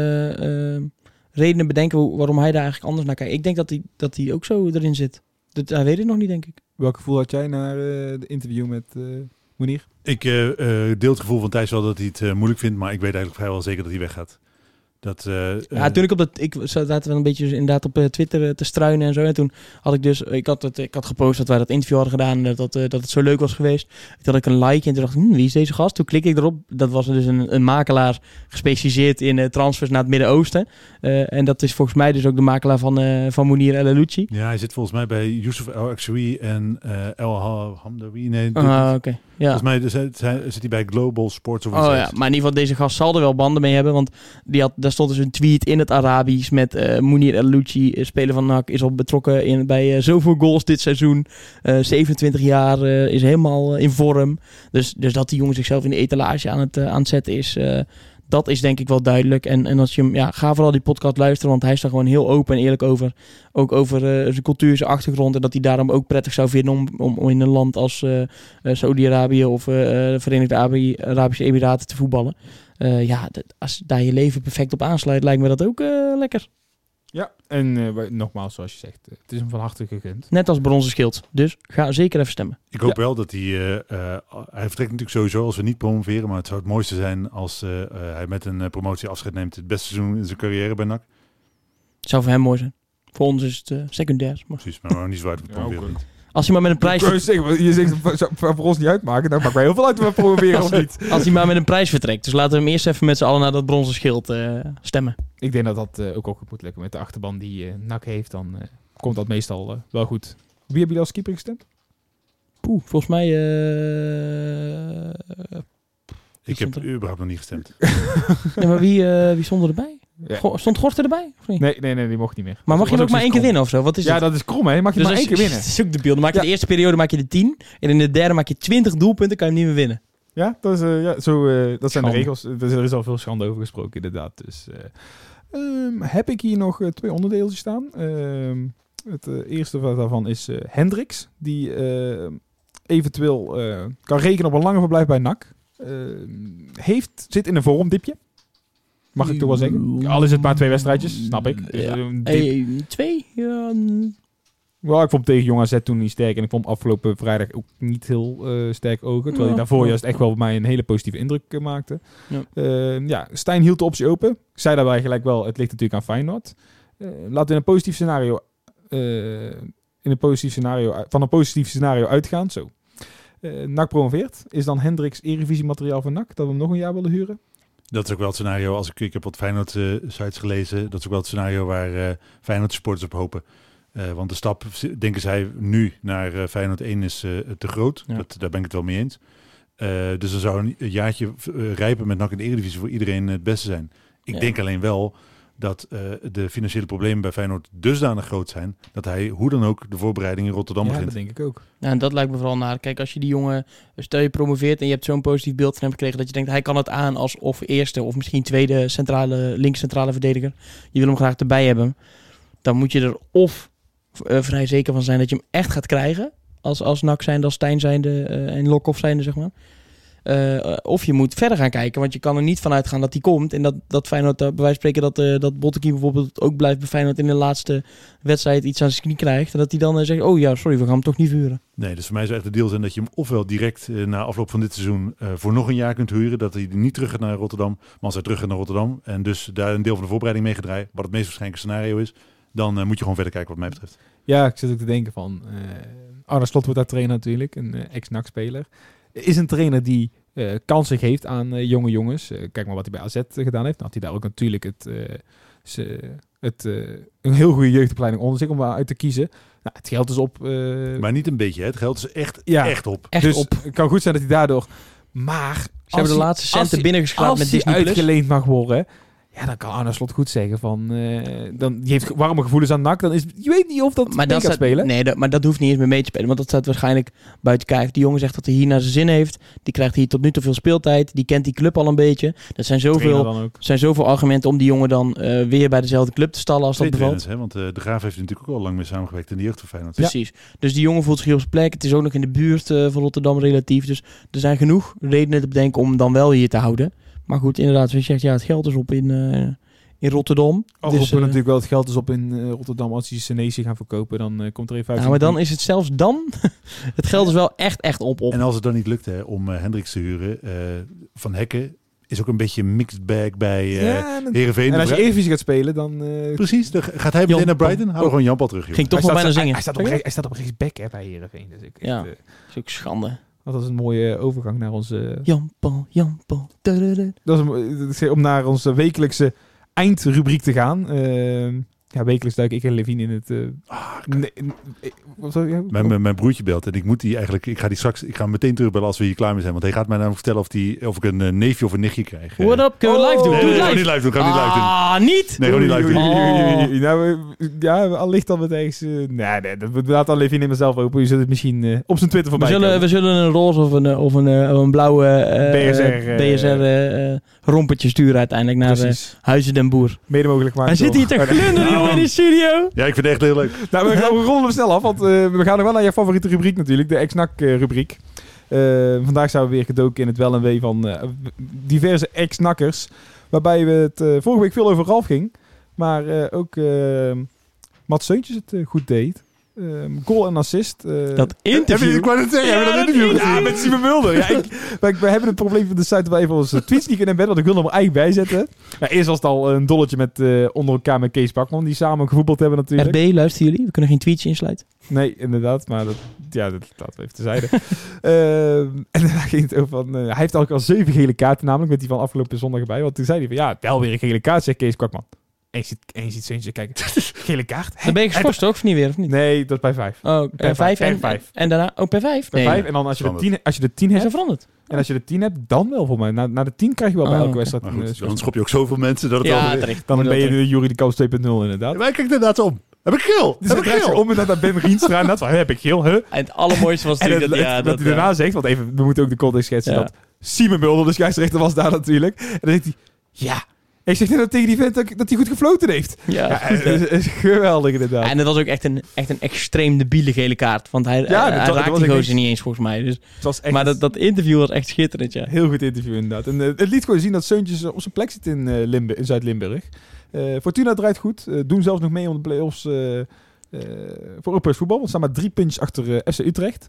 redenen bedenken waarom hij daar eigenlijk anders naar kijkt. Ik denk dat hij ook zo erin zit. Hij weet het nog niet, denk ik. Welk gevoel had jij naar de interview met Mounir? Ik deel het gevoel van Thijs wel dat hij het moeilijk vindt, maar ik weet eigenlijk vrijwel zeker dat hij weggaat. Toen ik zaten we een beetje inderdaad op Twitter te struinen en zo. En toen had ik dus, ik had gepost dat wij dat interview hadden gedaan en dat het zo leuk was geweest. Toen had ik een like en toen dacht ik, wie is deze gast? Toen klik ik erop. Dat was dus een makelaar gespecialiseerd in transfers naar het Midden-Oosten. En dat is volgens mij dus ook de makelaar van Mounir El Alouchi. Ja, hij zit volgens mij bij Youssef El Akshoui en El Hamdawi. Nee, oké. Ja. Volgens mij zit hij bij Global Sports. Maar in ieder geval deze gast zal er wel banden mee hebben, want daar stond dus een tweet in het Arabisch met Mounir El Alouchi, speler van NAC, is al betrokken bij zoveel goals dit seizoen. 27 jaar, is helemaal in vorm. Dus dat die jongen zichzelf in de etalage aan het zetten is, Dat is denk ik wel duidelijk. En als je hem, ga vooral die podcast luisteren, want hij is daar gewoon heel open en eerlijk over. Ook over zijn cultuur, zijn achtergrond. En dat hij daarom ook prettig zou vinden om in een land als Saudi-Arabië of de Verenigde Arabische Emiraten te voetballen. Als daar je leven perfect op aansluit, lijkt me dat ook lekker. Ja, en nogmaals, zoals je zegt, het is hem van harte gegund. Net als bronzen schild. Dus ga zeker even stemmen. Ik hoop wel dat hij vertrekt natuurlijk sowieso als we niet promoveren, maar het zou het mooiste zijn als hij met een promotie afscheid neemt. Het beste seizoen in zijn carrière bij NAC. Het zou voor hem mooi zijn. Voor ons is het secundair. Maar... Precies, maar niet zo uit of we promoveren niet. Als hij maar met een prijs... Je zegt, het zou voor ons niet uitmaken. Dan maakt mij heel veel uit of we proberen of niet. Als hij maar met een prijs vertrekt. Dus laten we hem eerst even met z'n allen naar dat bronzen schild stemmen. Ik denk dat dat ook goed moet lukken met de achterban die NAC heeft. Dan komt dat meestal wel goed. Wie hebben jullie als keeper gestemd? Volgens mij... ik heb überhaupt nog niet gestemd. Ja, maar wie stond erbij? Ja. Stond Gorter erbij? Of niet? Nee, die mocht niet meer. Maar mag je hem ook maar één keer winnen of zo? Wat is het? Dat is krom, hè? Mag je dus maar één keer winnen. Dat is ook debiel. Dan maak je de eerste periode maak je de 10. En in de derde maak je 20 doelpunten. Kan je hem niet meer winnen. Ja, dat zijn de regels. Er is al veel schande over gesproken, inderdaad. Dus heb ik hier nog 2 onderdeeltjes staan. Het eerste daarvan is Hendricks. Die eventueel kan rekenen op een lange verblijf bij NAC. Zit in een vormdipje. Mag ik toch wel zeggen? Al is het maar 2 wedstrijdjes, snap ik. Dus, 2? Ja. Well, ik vond tegen Jong AZ toen niet sterk. En ik vond afgelopen vrijdag ook niet heel sterk ogen. Terwijl hij daarvoor juist echt wel bij mij een hele positieve indruk maakte. Ja. Stijn hield de optie open. Ik zei daarbij gelijk wel, het ligt natuurlijk aan Feyenoord. Laten we in een positief scenario... van een positief scenario uitgaan. Zo. NAC promoveert. Is dan Hendricks Eredivisie materiaal van NAC? Dat we hem nog een jaar willen huren? Dat is ook wel het scenario, ik heb wat Feyenoord sites gelezen, dat is ook wel het scenario waar Feyenoord supporters op hopen. Want de stap, denken zij, nu naar Feyenoord 1 is te groot. Ja. Daar ben ik het wel mee eens. Dus dan zou een jaartje rijpen met NAC in de Eredivisie voor iedereen het beste zijn. Ik denk alleen wel dat de financiële problemen bij Feyenoord dusdanig groot zijn, dat hij hoe dan ook de voorbereiding in Rotterdam begint. Ja, dat denk ik ook. Ja, en dat lijkt me vooral naar. Kijk, als je die jongen, stel je promoveert en je hebt zo'n positief beeld van hem gekregen, dat je denkt, hij kan het aan als of eerste of misschien tweede linkscentrale verdediger. Je wil hem graag erbij hebben. Dan moet je er of vrij zeker van zijn dat je hem echt gaat krijgen, als NAC zijnde, als Stijn zijnde en Lokhoff zijnde, zeg maar. Of je moet verder gaan kijken, want je kan er niet van uitgaan dat hij komt. En dat Feyenoord, bij wijze van spreken, dat Botteguin bijvoorbeeld ook blijft bij Feyenoord in de laatste wedstrijd iets aan zijn knie krijgt. En dat hij dan zegt, oh ja, sorry, we gaan hem toch niet vuren. Nee, dus voor mij zou echt de deal zijn dat je hem ofwel direct na afloop van dit seizoen voor nog een jaar kunt huren. Dat hij niet terug gaat naar Rotterdam. Maar als hij terug gaat naar Rotterdam en dus daar een deel van de voorbereiding mee gaat draaien, wat het meest waarschijnlijke scenario is, dan moet je gewoon verder kijken wat mij betreft. Ja, ik zit ook te denken van, Arne Slot wordt daar trainer natuurlijk, een ex-NAC-speler. Is een trainer die kansen geeft aan jonge jongens. Kijk maar wat hij bij AZ gedaan heeft. Dan had hij daar ook natuurlijk een heel goede jeugdopleiding onder zich om uit te kiezen. Nou, het geld is op. Maar niet een beetje, hè? Het geld is echt op. Het kan goed zijn dat hij daardoor... Maar ze hebben de laatste centen binnengeschraapt met Disney Plus. Uitgeleend mag worden... Ja, dan kan Arne Slot goed zeggen van... die heeft warme gevoelens aan NAC. Dan is, je weet niet of dat mee gaat spelen. Nee, maar dat hoeft niet eens meer mee te spelen. Want dat staat waarschijnlijk buiten kijf. Die jongen zegt dat hij hier naar zijn zin heeft. Die krijgt hier tot nu toe veel speeltijd. Die kent die club al een beetje. Er zijn zoveel argumenten om die jongen dan weer bij dezelfde club te stallen als dat bevalt. Want de Graaf heeft natuurlijk ook al lang mee samengewerkt in de jeugd van Feyenoord. Precies. Ja. Dus die jongen voelt zich hier op zijn plek. Het is ook nog in de buurt van Rotterdam relatief. Dus er zijn genoeg redenen te bedenken om hem dan wel hier te houden. Maar goed, inderdaad, zoals je zegt, ja, het geld is op in Rotterdam. Dus natuurlijk wel het geld is op in Rotterdam. Als die Senesi gaan verkopen, dan komt er even uit. Ja, maar dan is het zelfs dan... het geld is wel echt op. En als het dan niet lukt om Hendricks te huren, Van Hekken is ook een beetje een mixed bag bij Heerenveen. En als je Eredivisie gaat spelen, dan... Precies, dan gaat hij meteen naar Brighton. Hou gewoon Jan Paul terug. Ging toch wel bijna zingen. Hij staat op rechtsback bij Heerenveen. Dus dat is ook schande. Dat is een mooie overgang naar onze... Jan Paul. Dat is om naar onze wekelijkse eindrubriek te gaan. wekelijks duik ik en Levine in het... wat zou je? Mijn broertje belt en ik moet die eigenlijk... Ik ga hem meteen terugbellen als we hier klaar mee zijn. Want hij gaat mij namelijk vertellen of ik een neefje of een nichtje krijg. What up? Kunnen we live doen? Nee, Doe het gaan we live. niet live doen. Niet? Nee, gewoon niet live doen. Nou, al ligt dan met ergens... nee, dat laat dan Levine in mezelf open. Je zult het misschien op zijn Twitter voorbij komen. We zullen een roze of een blauwe BSR rompertje sturen uiteindelijk naar Huizen den Boer. Mede mogelijk gemaakt. Hij zit hier te glunderen, jongen, in de studio. Ja, ik vind het echt heel leuk. Nou, we rollen hem snel af, want we gaan nog wel naar je favoriete rubriek natuurlijk, de ex-NAC rubriek. Vandaag zijn we weer gedoken in het wel en wee van diverse ex-NAC'ers, waarbij we het vorige week veel over Ralf ging, maar ook Mats Seuntjes het goed deed. Goal en assist. Dat interview. Ik wou het zeggen, hebben we dat interview gezien? Ja, met Simon Mulder. Ja, we hebben het probleem van de site dat we even onze tweets niet kunnen embedden, want ik wil hem er eigenlijk bijzetten. Ja, eerst was het al een dolletje met onder elkaar met Kees Bakman, die samen gevoetbald hebben natuurlijk. RB, luisteren jullie? We kunnen geen tweets insluiten. Nee, inderdaad, maar dat laten we even terzijde. En daar ging het over van... hij heeft eigenlijk al 7 gele kaarten, namelijk met die van afgelopen zondag erbij. Want toen zei hij van, ja, wel weer een gele kaart, zegt Kees Kwakman. En je ziet Seuntjes kijken, gele kaart? Dan ben je geschorst ook, of niet weer, of niet? Nee, dat is bij 5. Oh, per 5 en daarna ook per 5? Per 5, en dan als je de 10 Is hebt... dat veranderd? En als je de 10 hebt, dan wel voor mij. Na de 10 krijg je wel bij elke wedstrijd. Maar goed, dan schop je ook zoveel mensen dat het Ja, terecht. Dan ben je de Jury de Kans 2.0 inderdaad. Maar kijk inderdaad om. Heb ik geel? Dus hij draait zich om en naar Ben Rienstra en dat van, heb ik geel, huh? En het allermooiste was En natuurlijk dat hij daarna zegt, want even, we moeten ook de context schetsen, Ja. dat Simon Mulder, de scheidsrechter, was daar natuurlijk. En dan zegt hij, ja. Ik zeg net tegen die vent dat hij goed gefloten heeft. Ja, Ja, het is geweldig inderdaad. en dat was ook echt een extreem debiele gele kaart. Want hij dat raakte was die ook gozer niet eens volgens mij. Dus. Het was echt Maar dat interview was echt schitterend, ja. heel goed interview inderdaad. En het liet gewoon zien dat Seuntjes op zijn plek zit in Zuid-Limburg. Fortuna draait goed. Doen zelfs nog mee om de play-offs voor Europees voetbal. Want staan maar 3 puntjes achter FC Utrecht.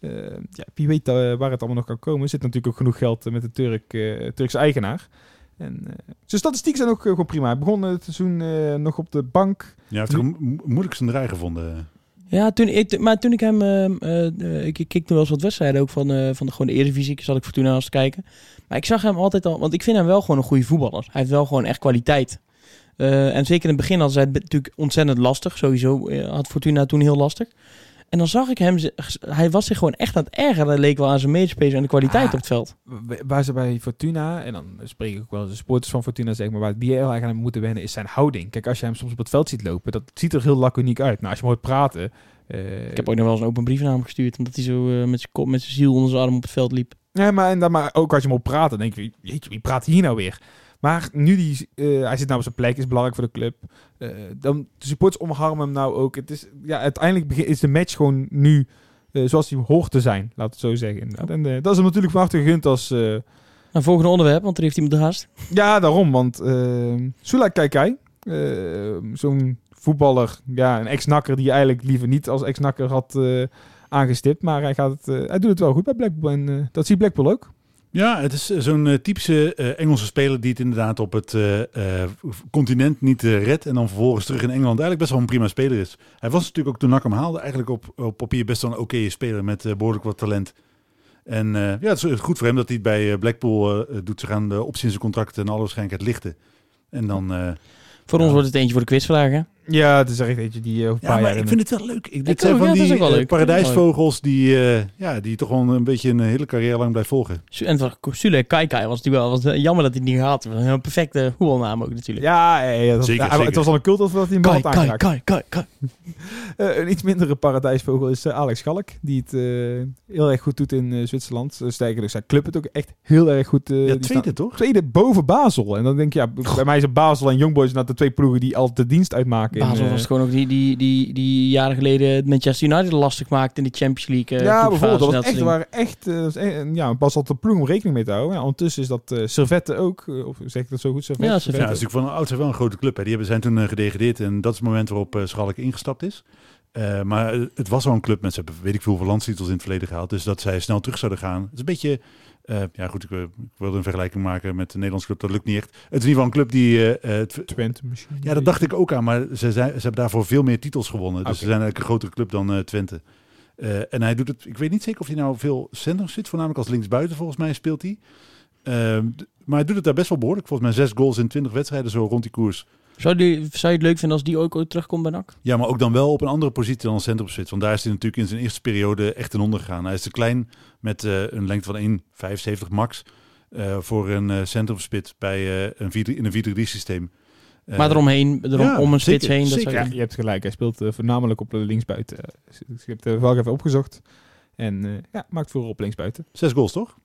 Wie weet waar het allemaal nog kan komen. Er zit natuurlijk ook genoeg geld met de Turkse eigenaar. En zijn statistieken zijn ook gewoon prima. Hij begon het seizoen nog op de bank. Ja, heeft ook moeilijk zijn draai gevonden. Ja, toen ik hem... ik keek toen wel eens wat wedstrijden ook van gewoon de Eredivisie. Zat ik Fortuna eens te kijken. Maar ik zag hem altijd al... Want ik vind hem wel gewoon een goede voetballer. Hij heeft wel gewoon echt kwaliteit. En zeker in het begin hadden zij het natuurlijk ontzettend lastig. Sowieso had Fortuna toen heel lastig. En dan zag ik hem... Hij was zich gewoon echt aan het ergeren. Dat leek wel aan zijn medespelers en de kwaliteit op het veld. Waar ze bij Fortuna, en dan spreek ik ook wel de supporters van Fortuna, zeg maar, waar die heel erg aan moeten wennen, is zijn houding. Kijk, als je hem soms op het veld ziet lopen, dat ziet er heel laconiek uit. Nou, als je hem hoort praten... Ik heb ook nog wel eens een open brief naar hem gestuurd, omdat hij zo met zijn kop, met zijn ziel onder zijn arm op het veld liep. Ja, maar ook als je hem hoort praten, denk je, jeetje, wie praat hier nou weer? Maar nu hij zit nou op zijn plek, is belangrijk voor de club. Dan de supporters omarmen hem nou ook. Het is, uiteindelijk is de match gewoon nu zoals die hoort te zijn, laat het zo zeggen. Inderdaad. En dat is hem natuurlijk van harte gegund als... Volgende onderwerp, want er heeft iemand de haast. Ja, daarom, want Sula Kaikai, zo'n voetballer, een ex-nakker die je eigenlijk liever niet als ex-nakker had aangestipt. Maar hij doet het wel goed bij Blackpool en dat ziet Blackpool ook. Ja, het is zo'n typische Engelse speler die het inderdaad op het continent niet redt. En dan vervolgens terug in Engeland eigenlijk best wel een prima speler is. Hij was natuurlijk ook toen NAC hem haalde eigenlijk op papier best wel een oké speler met behoorlijk wat talent. En het is goed voor hem dat hij het bij Blackpool doet. Ze gaan de opties in zijn contract en alle waarschijnlijkheid lichten. En dan... Voor ons wordt het eentje voor de quizvragen. Ja, het is echt eentje die over een paar jaar... maar ik vind het wel leuk. Dit ook, zijn van ja, het is ook wel die leuk. paradijsvogels die toch wel een beetje een hele carrière lang blijft volgen. En Sule Kaikai was natuurlijk wel jammer dat hij het niet gehad heeft. Een perfecte voetbalnaam ook natuurlijk. Zeker. Het was al een cult dat hij hem had aangeraakt. Kai. Een iets mindere paradijsvogel is Alex Schalk, die het heel erg goed doet in Zwitserland. Sterker nog, zijn club het ook echt heel erg goed. Tweede toch? Tweede boven Basel. En dan denk je, bij mij zijn Basel en Young Boys de 2 ploegen die altijd de dienst uitmaken. Basel was gewoon ook die jaren geleden Manchester United lastig maakte in de Champions League. Bijvoorbeeld. Dat was echt, waren echt Basel had de ploeg om rekening mee te houden. Ja, ondertussen is dat Servette ook. Of zeg ik dat zo goed? Servette? Ja, Servette. Ja, dat is natuurlijk van oudsher wel een grote club. Hè. Die zijn toen gedegradeerd en dat is het moment waarop Schalk ingestapt is. Maar het was al een club met ze hebben weet ik veel hoeveel landstitels in het verleden gehaald. Dus dat zij snel terug zouden gaan. Het is een beetje... ik wilde een vergelijking maken met de Nederlandse club. Dat lukt niet echt. Het is in ieder geval een club die... Twente misschien. Ja, dat dacht ik ook aan. Maar ze hebben daarvoor veel meer titels gewonnen. Dus Okay. ze zijn eigenlijk een grotere club dan Twente. En hij doet het... Ik weet niet zeker of hij nou veel centrum zit. Voornamelijk als linksbuiten volgens mij speelt hij. Maar hij doet het daar best wel behoorlijk. Volgens mij 6 goals in 20 wedstrijden zo rond die koers. Zou je het leuk vinden als die ook ooit terugkomt bij NAC? Ja, maar ook dan wel op een andere positie dan een centrumspits. Want daar is hij natuurlijk in zijn eerste periode echt ten onder gegaan. Hij is te klein met een lengte van 1,75 max voor een centrumspits bij in een 4-3 systeem. Maar eromheen, om een spits heen. Dat Ja, je hebt gelijk. Hij speelt voornamelijk op de linksbuiten. Ik heb het wel even opgezocht. En maakt voor op linksbuiten. 6 goals, toch?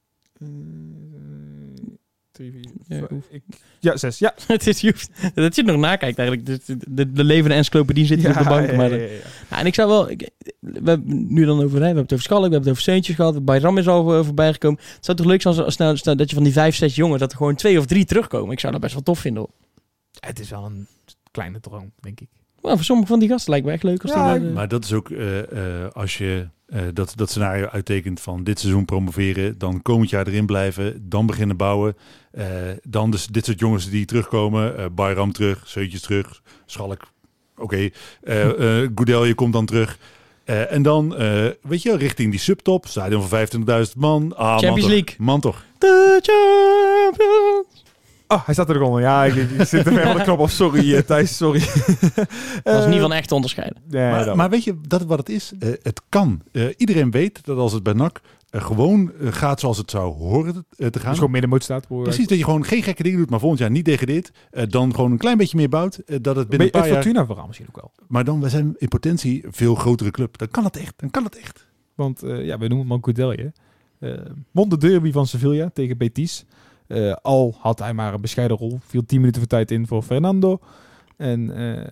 3, 4, Ja, 5. 6. Ja. Dat je nog nakijkt eigenlijk. De levende encyclopedie zit hier op de bank. Ja. Ja, en ik zou wel... we hebben nu dan over... We hebben het over Schalk, we hebben het over Seuntjes gehad. Bayram is al voorbij gekomen. Het zou toch leuk zijn als dat je van die 5, 6 jongens... dat er gewoon 2 of 3 terugkomen. Ik zou dat best wel tof vinden, hoor. Het is wel een kleine droom, denk ik. Maar voor sommige van die gasten lijkt me echt leuk. Als Maar dat is ook als je dat scenario uittekent van dit seizoen promoveren, dan komend jaar erin blijven, dan beginnen bouwen. Dan dus dit soort jongens die terugkomen. Bayram terug, Seuntjes terug, Schalk, oké. Goudelje komt dan terug. En dan, weet je, richting die subtop, stadion van 25.000 man. Champions League. Man toch. The Champions. Oh, hij staat er onder. Ja, ik zit er ver van de knop af. Sorry, Thijs, sorry. Dat is niet van echt te onderscheiden. Nee, maar weet je wat het is? Het kan. Iedereen weet dat als het bij NAC gewoon gaat zoals het zou horen te gaan. Dus gewoon middenmoot staat. Precies, dat je gewoon geen gekke dingen doet, maar volgend jaar niet degradeert. Dan gewoon een klein beetje meer bouwt. Dat het binnen een paar jaar... Fortuna vooral misschien ook wel. Maar dan, wij zijn in potentie een veel grotere club. Dan kan het echt. Want we noemen hem ook Goudelje. Won de derby van Sevilla tegen Betis. Al had hij maar een bescheiden rol. Viel 10 minuten voor tijd in voor Fernando. En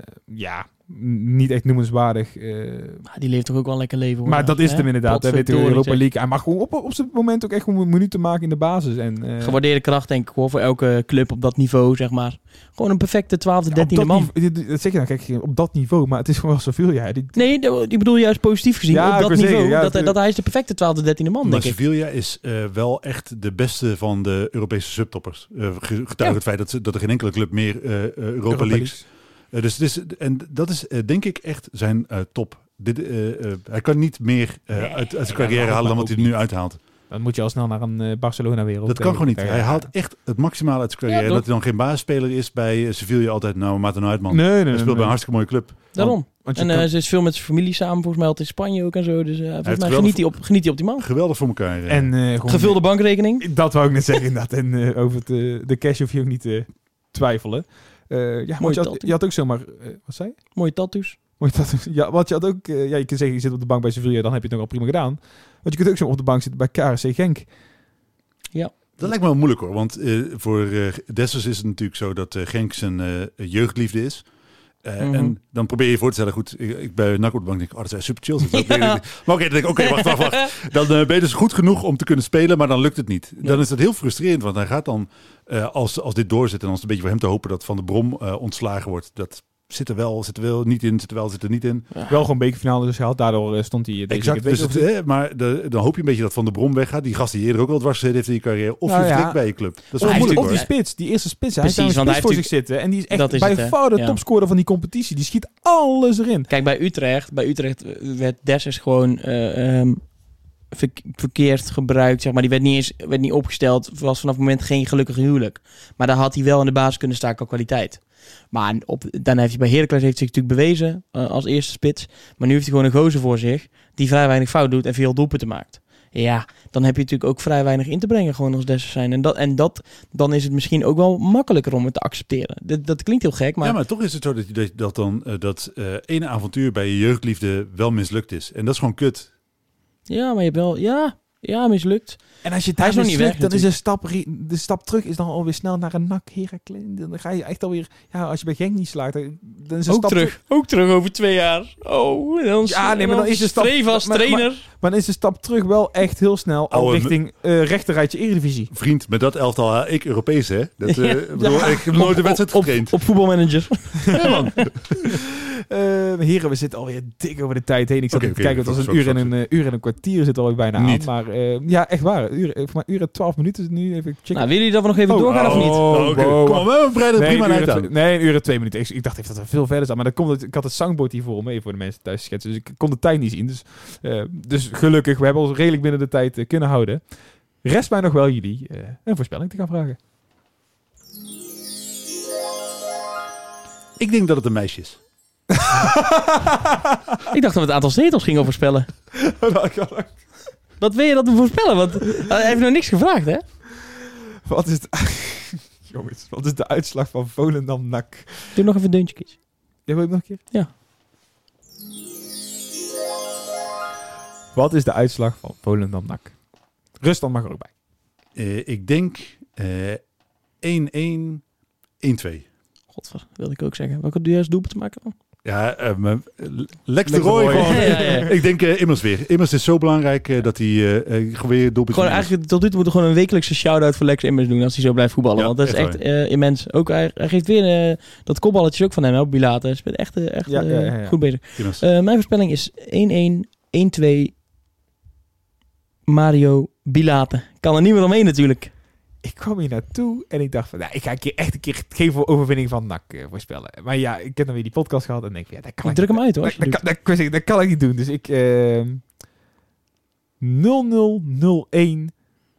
niet echt noemenswaardig. Die leeft toch ook wel een lekker leven, hoor. Maar dat is hem inderdaad. Hij weet de Europa League. Zeg. Hij mag gewoon op zijn moment ook echt een minuut te maken in de basis. En, gewaardeerde kracht, denk ik, hoor, voor elke club op dat niveau, zeg maar. Gewoon een perfecte 12e, 13e man. Dat zeg je dan, kijk, op dat niveau. Maar het is gewoon wel Sevilla. Nee, ik bedoel juist positief gezien. Ja, op dat niveau. Zeggen, dat hij is de perfecte 12e, 13e man, maar denk ik. Sevilla is wel echt de beste van de Europese subtoppers. Getuige het feit dat er geen enkele club meer Europa Leagues... En dat is denk ik echt zijn top. Hij kan niet meer uit zijn carrière halen dan wat hij er nu uithaalt. Dan moet je al snel naar een Barcelona wereld. Dat kan gewoon niet. Hij haalt echt het maximale uit zijn carrière. Ja, dat hij dan geen basisspeler is bij Sevilla altijd. Nou, maakt er nou uit, man. Nee, hij speelt bij een hartstikke mooie club. Daarom. Ze is veel met zijn familie samen, volgens mij altijd in Spanje ook en zo. Dus volgens mij geniet hij op die man. Geweldig voor elkaar. En gevulde bankrekening. Dat wou ik net zeggen, inderdaad. En over de cash hoef je ook niet te twijfelen. Je had ook zomaar... wat zei je? Mooie tattoos. Ja, want je had ook... je kunt zeggen, je zit op de bank bij Sevilla, dan heb je het nog al prima gedaan. Want je kunt ook zo op de bank zitten bij KRC Genk. Ja. Dat lijkt me wel moeilijk, hoor. Want voor Dessers is het natuurlijk zo dat Genk zijn jeugdliefde is. En dan probeer je je voor te stellen, goed, ik bij NAC op de bank denk, dat is super chill. Maar dan denk ik, wacht. Dan ben je dus goed genoeg om te kunnen spelen, maar dan lukt het niet. Dan is dat heel frustrerend, want hij gaat dan, als dit doorzet en als het een beetje voor hem te hopen dat Van der Brom ontslagen wordt, dat zit er wel niet in, zit er niet in. Ja. Wel gewoon bekerfinale dus gehaald, daardoor stond hij deze keer. Maar dan hoop je een beetje dat Van der Brom weggaat. Die gast die eerder ook al dwars gezeten heeft in je carrière. Of je vertrekt bij je club. Dat is wel moeilijk, hoor. Die eerste spits. Precies, hij heeft een spits voor zich zitten. En die is echt bij far de topscorer van die competitie. Die schiet alles erin. Kijk, bij Utrecht werd Dessers gewoon verkeerd gebruikt. Zeg maar. Die werd niet opgesteld. Was vanaf het moment geen gelukkig huwelijk. Maar daar had hij wel in de basis kunnen staan qua kwaliteit. Maar dan heeft hij bij Heracles zich natuurlijk bewezen als eerste spits. Maar nu heeft hij gewoon een gozer voor zich die vrij weinig fout doet en veel doelpunten maakt. Ja, dan heb je natuurlijk ook vrij weinig in te brengen gewoon als Dessers zijn. En dan is het misschien ook wel makkelijker om het te accepteren. Dat klinkt heel gek, maar... Ja, maar toch is het zo dat ene avontuur bij je jeugdliefde wel mislukt is. En dat is gewoon kut. Ja, maar je hebt wel... Ja, mislukt. En als je daar nog niet weg, dan is de stap terug is dan alweer snel naar een NAC Heracles. Dan ga je echt alweer... Ja, als je bij Genk niet slaagt, dan is de stap terug. Ook terug over 2 jaar. Oh, maar dan is de stap... als trainer. Maar dan is de stap terug wel echt heel snel al richting rechterrijtje Eredivisie. Vriend, met dat elftal ik Europees, hè? Ik heb nooit de wedstrijd getraind. Op voetbalmanager. Ja, man. Heren, we zitten alweer dik over de tijd heen. Ik zat te kijken, het was een uur en een kwartier zit alweer bijna aan. Maar echt waar. Een uur en 12 minuten nu even checken. Nou, willen jullie dat we nog even doorgaan of niet? Kom maar, we breiden prima uit aan. Nee, een uur en 2 minuten. Ik dacht even dat we veel verder staan. Maar dan komt ik had het zangboard hier voor me, even voor de mensen thuis schetsen. Dus ik kon de tijd niet zien. Dus gelukkig, we hebben ons redelijk binnen de tijd kunnen houden. Rest mij nog wel jullie een voorspelling te gaan vragen. Ik denk dat het een meisje is. Ik dacht dat we het aantal zetels gingen voorspellen. Wat wil je dat we voorspellen? Want hij heeft nog niks gevraagd, hè? Wat is Jongens, wat is de uitslag van Volendam-NAC? Doe nog even een deuntje, Kies. Ja, wil je nog een keer? Ja. Wat is de uitslag van Volendam-NAC? Ruststand mag er ook bij. Ik denk 1-1, 1-2. Godver, wilde ik ook zeggen. Welke juist doelpunt te maken dan? Ja, Lex de Roy. Ja. Ik denk Immers weer. Immers is zo belangrijk dat hij weer doelpunt. Gewoon eigenlijk tot nu toe moeten we gewoon een wekelijkse shout-out voor Lex Immers doen als hij zo blijft voetballen. Ja, want dat is echt immens. Ook hij geeft weer dat kopballetje ook van hem op Bilate. Hij is echt goed bezig. Mijn voorspelling is 1-1, 1-2 Mario Bilate. Kan er niemand omheen natuurlijk. Ik kwam hier naartoe en ik dacht van, ik ga echt een keer geen overwinning van NAC voorspellen. Maar ja, ik heb dan weer die podcast gehad en denk van, dat kan ik druk hem uit hoor. Dat kan ik niet doen. Dus ik 0-0-0-1.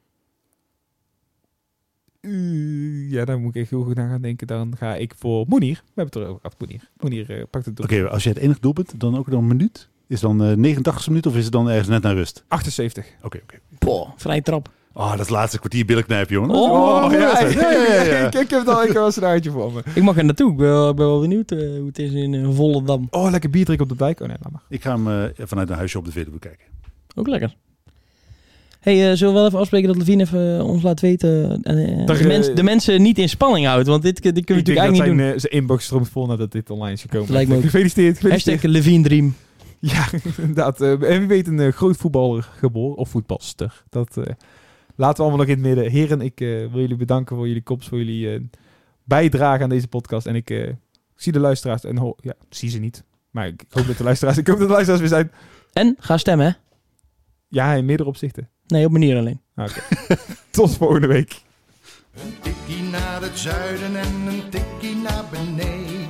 Ja, daar moet ik echt heel goed aan gaan denken. Dan ga ik voor Moenier. We hebben het erover gehad, Moenier. Moenier pakt het door. Oké, als je het enige doelpunt, dan ook dan een minuut? Is dan 89e minuut of is het dan ergens net naar rust? 78. Oké. Poh, vrije trap. Oh, dat is het laatste kwartier billen knijpen, jongen. Ja. Ik heb al een scenario voor me. Ik mag er naartoe. Ik ben wel benieuwd hoe het is in Volendam. Oh, lekker bier drinken op de dijk. Oh nee, laat maar. Ik ga hem vanuit een huisje op de Veluwe kijken. Ook lekker. Hey, zullen we wel even afspreken dat Levine even ons laat weten... de mensen niet in spanning houdt. Want dit kunnen we natuurlijk eigenlijk niet doen. Zijn inbox stroomt vol nadat dit online is gekomen. Lijkt me ook. Gefeliciteerd. Hashtag Levine Dream. Ja, inderdaad. En wie weet een groot voetballer geboren. Of voetbalster. Dat laten we allemaal nog in het midden. Heren, ik wil jullie bedanken voor jullie komst. Voor jullie bijdrage aan deze podcast. En ik zie de luisteraars. En zie ze niet. Maar ik hoop dat de luisteraars weer zijn. En ga stemmen, hè? Ja, in meerdere opzichten. Nee, op manier alleen. Oké. Tot volgende week. Een tikkie naar het zuiden en een tikkie naar beneden.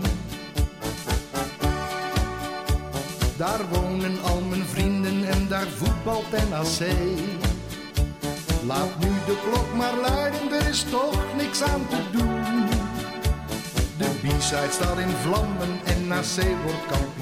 Daar wonen al mijn vrienden en daar voetbalt NAC. Laat nu de klok maar luiden, er is toch niks aan te doen. De B-side staat in vlammen en NAC wordt kampioen.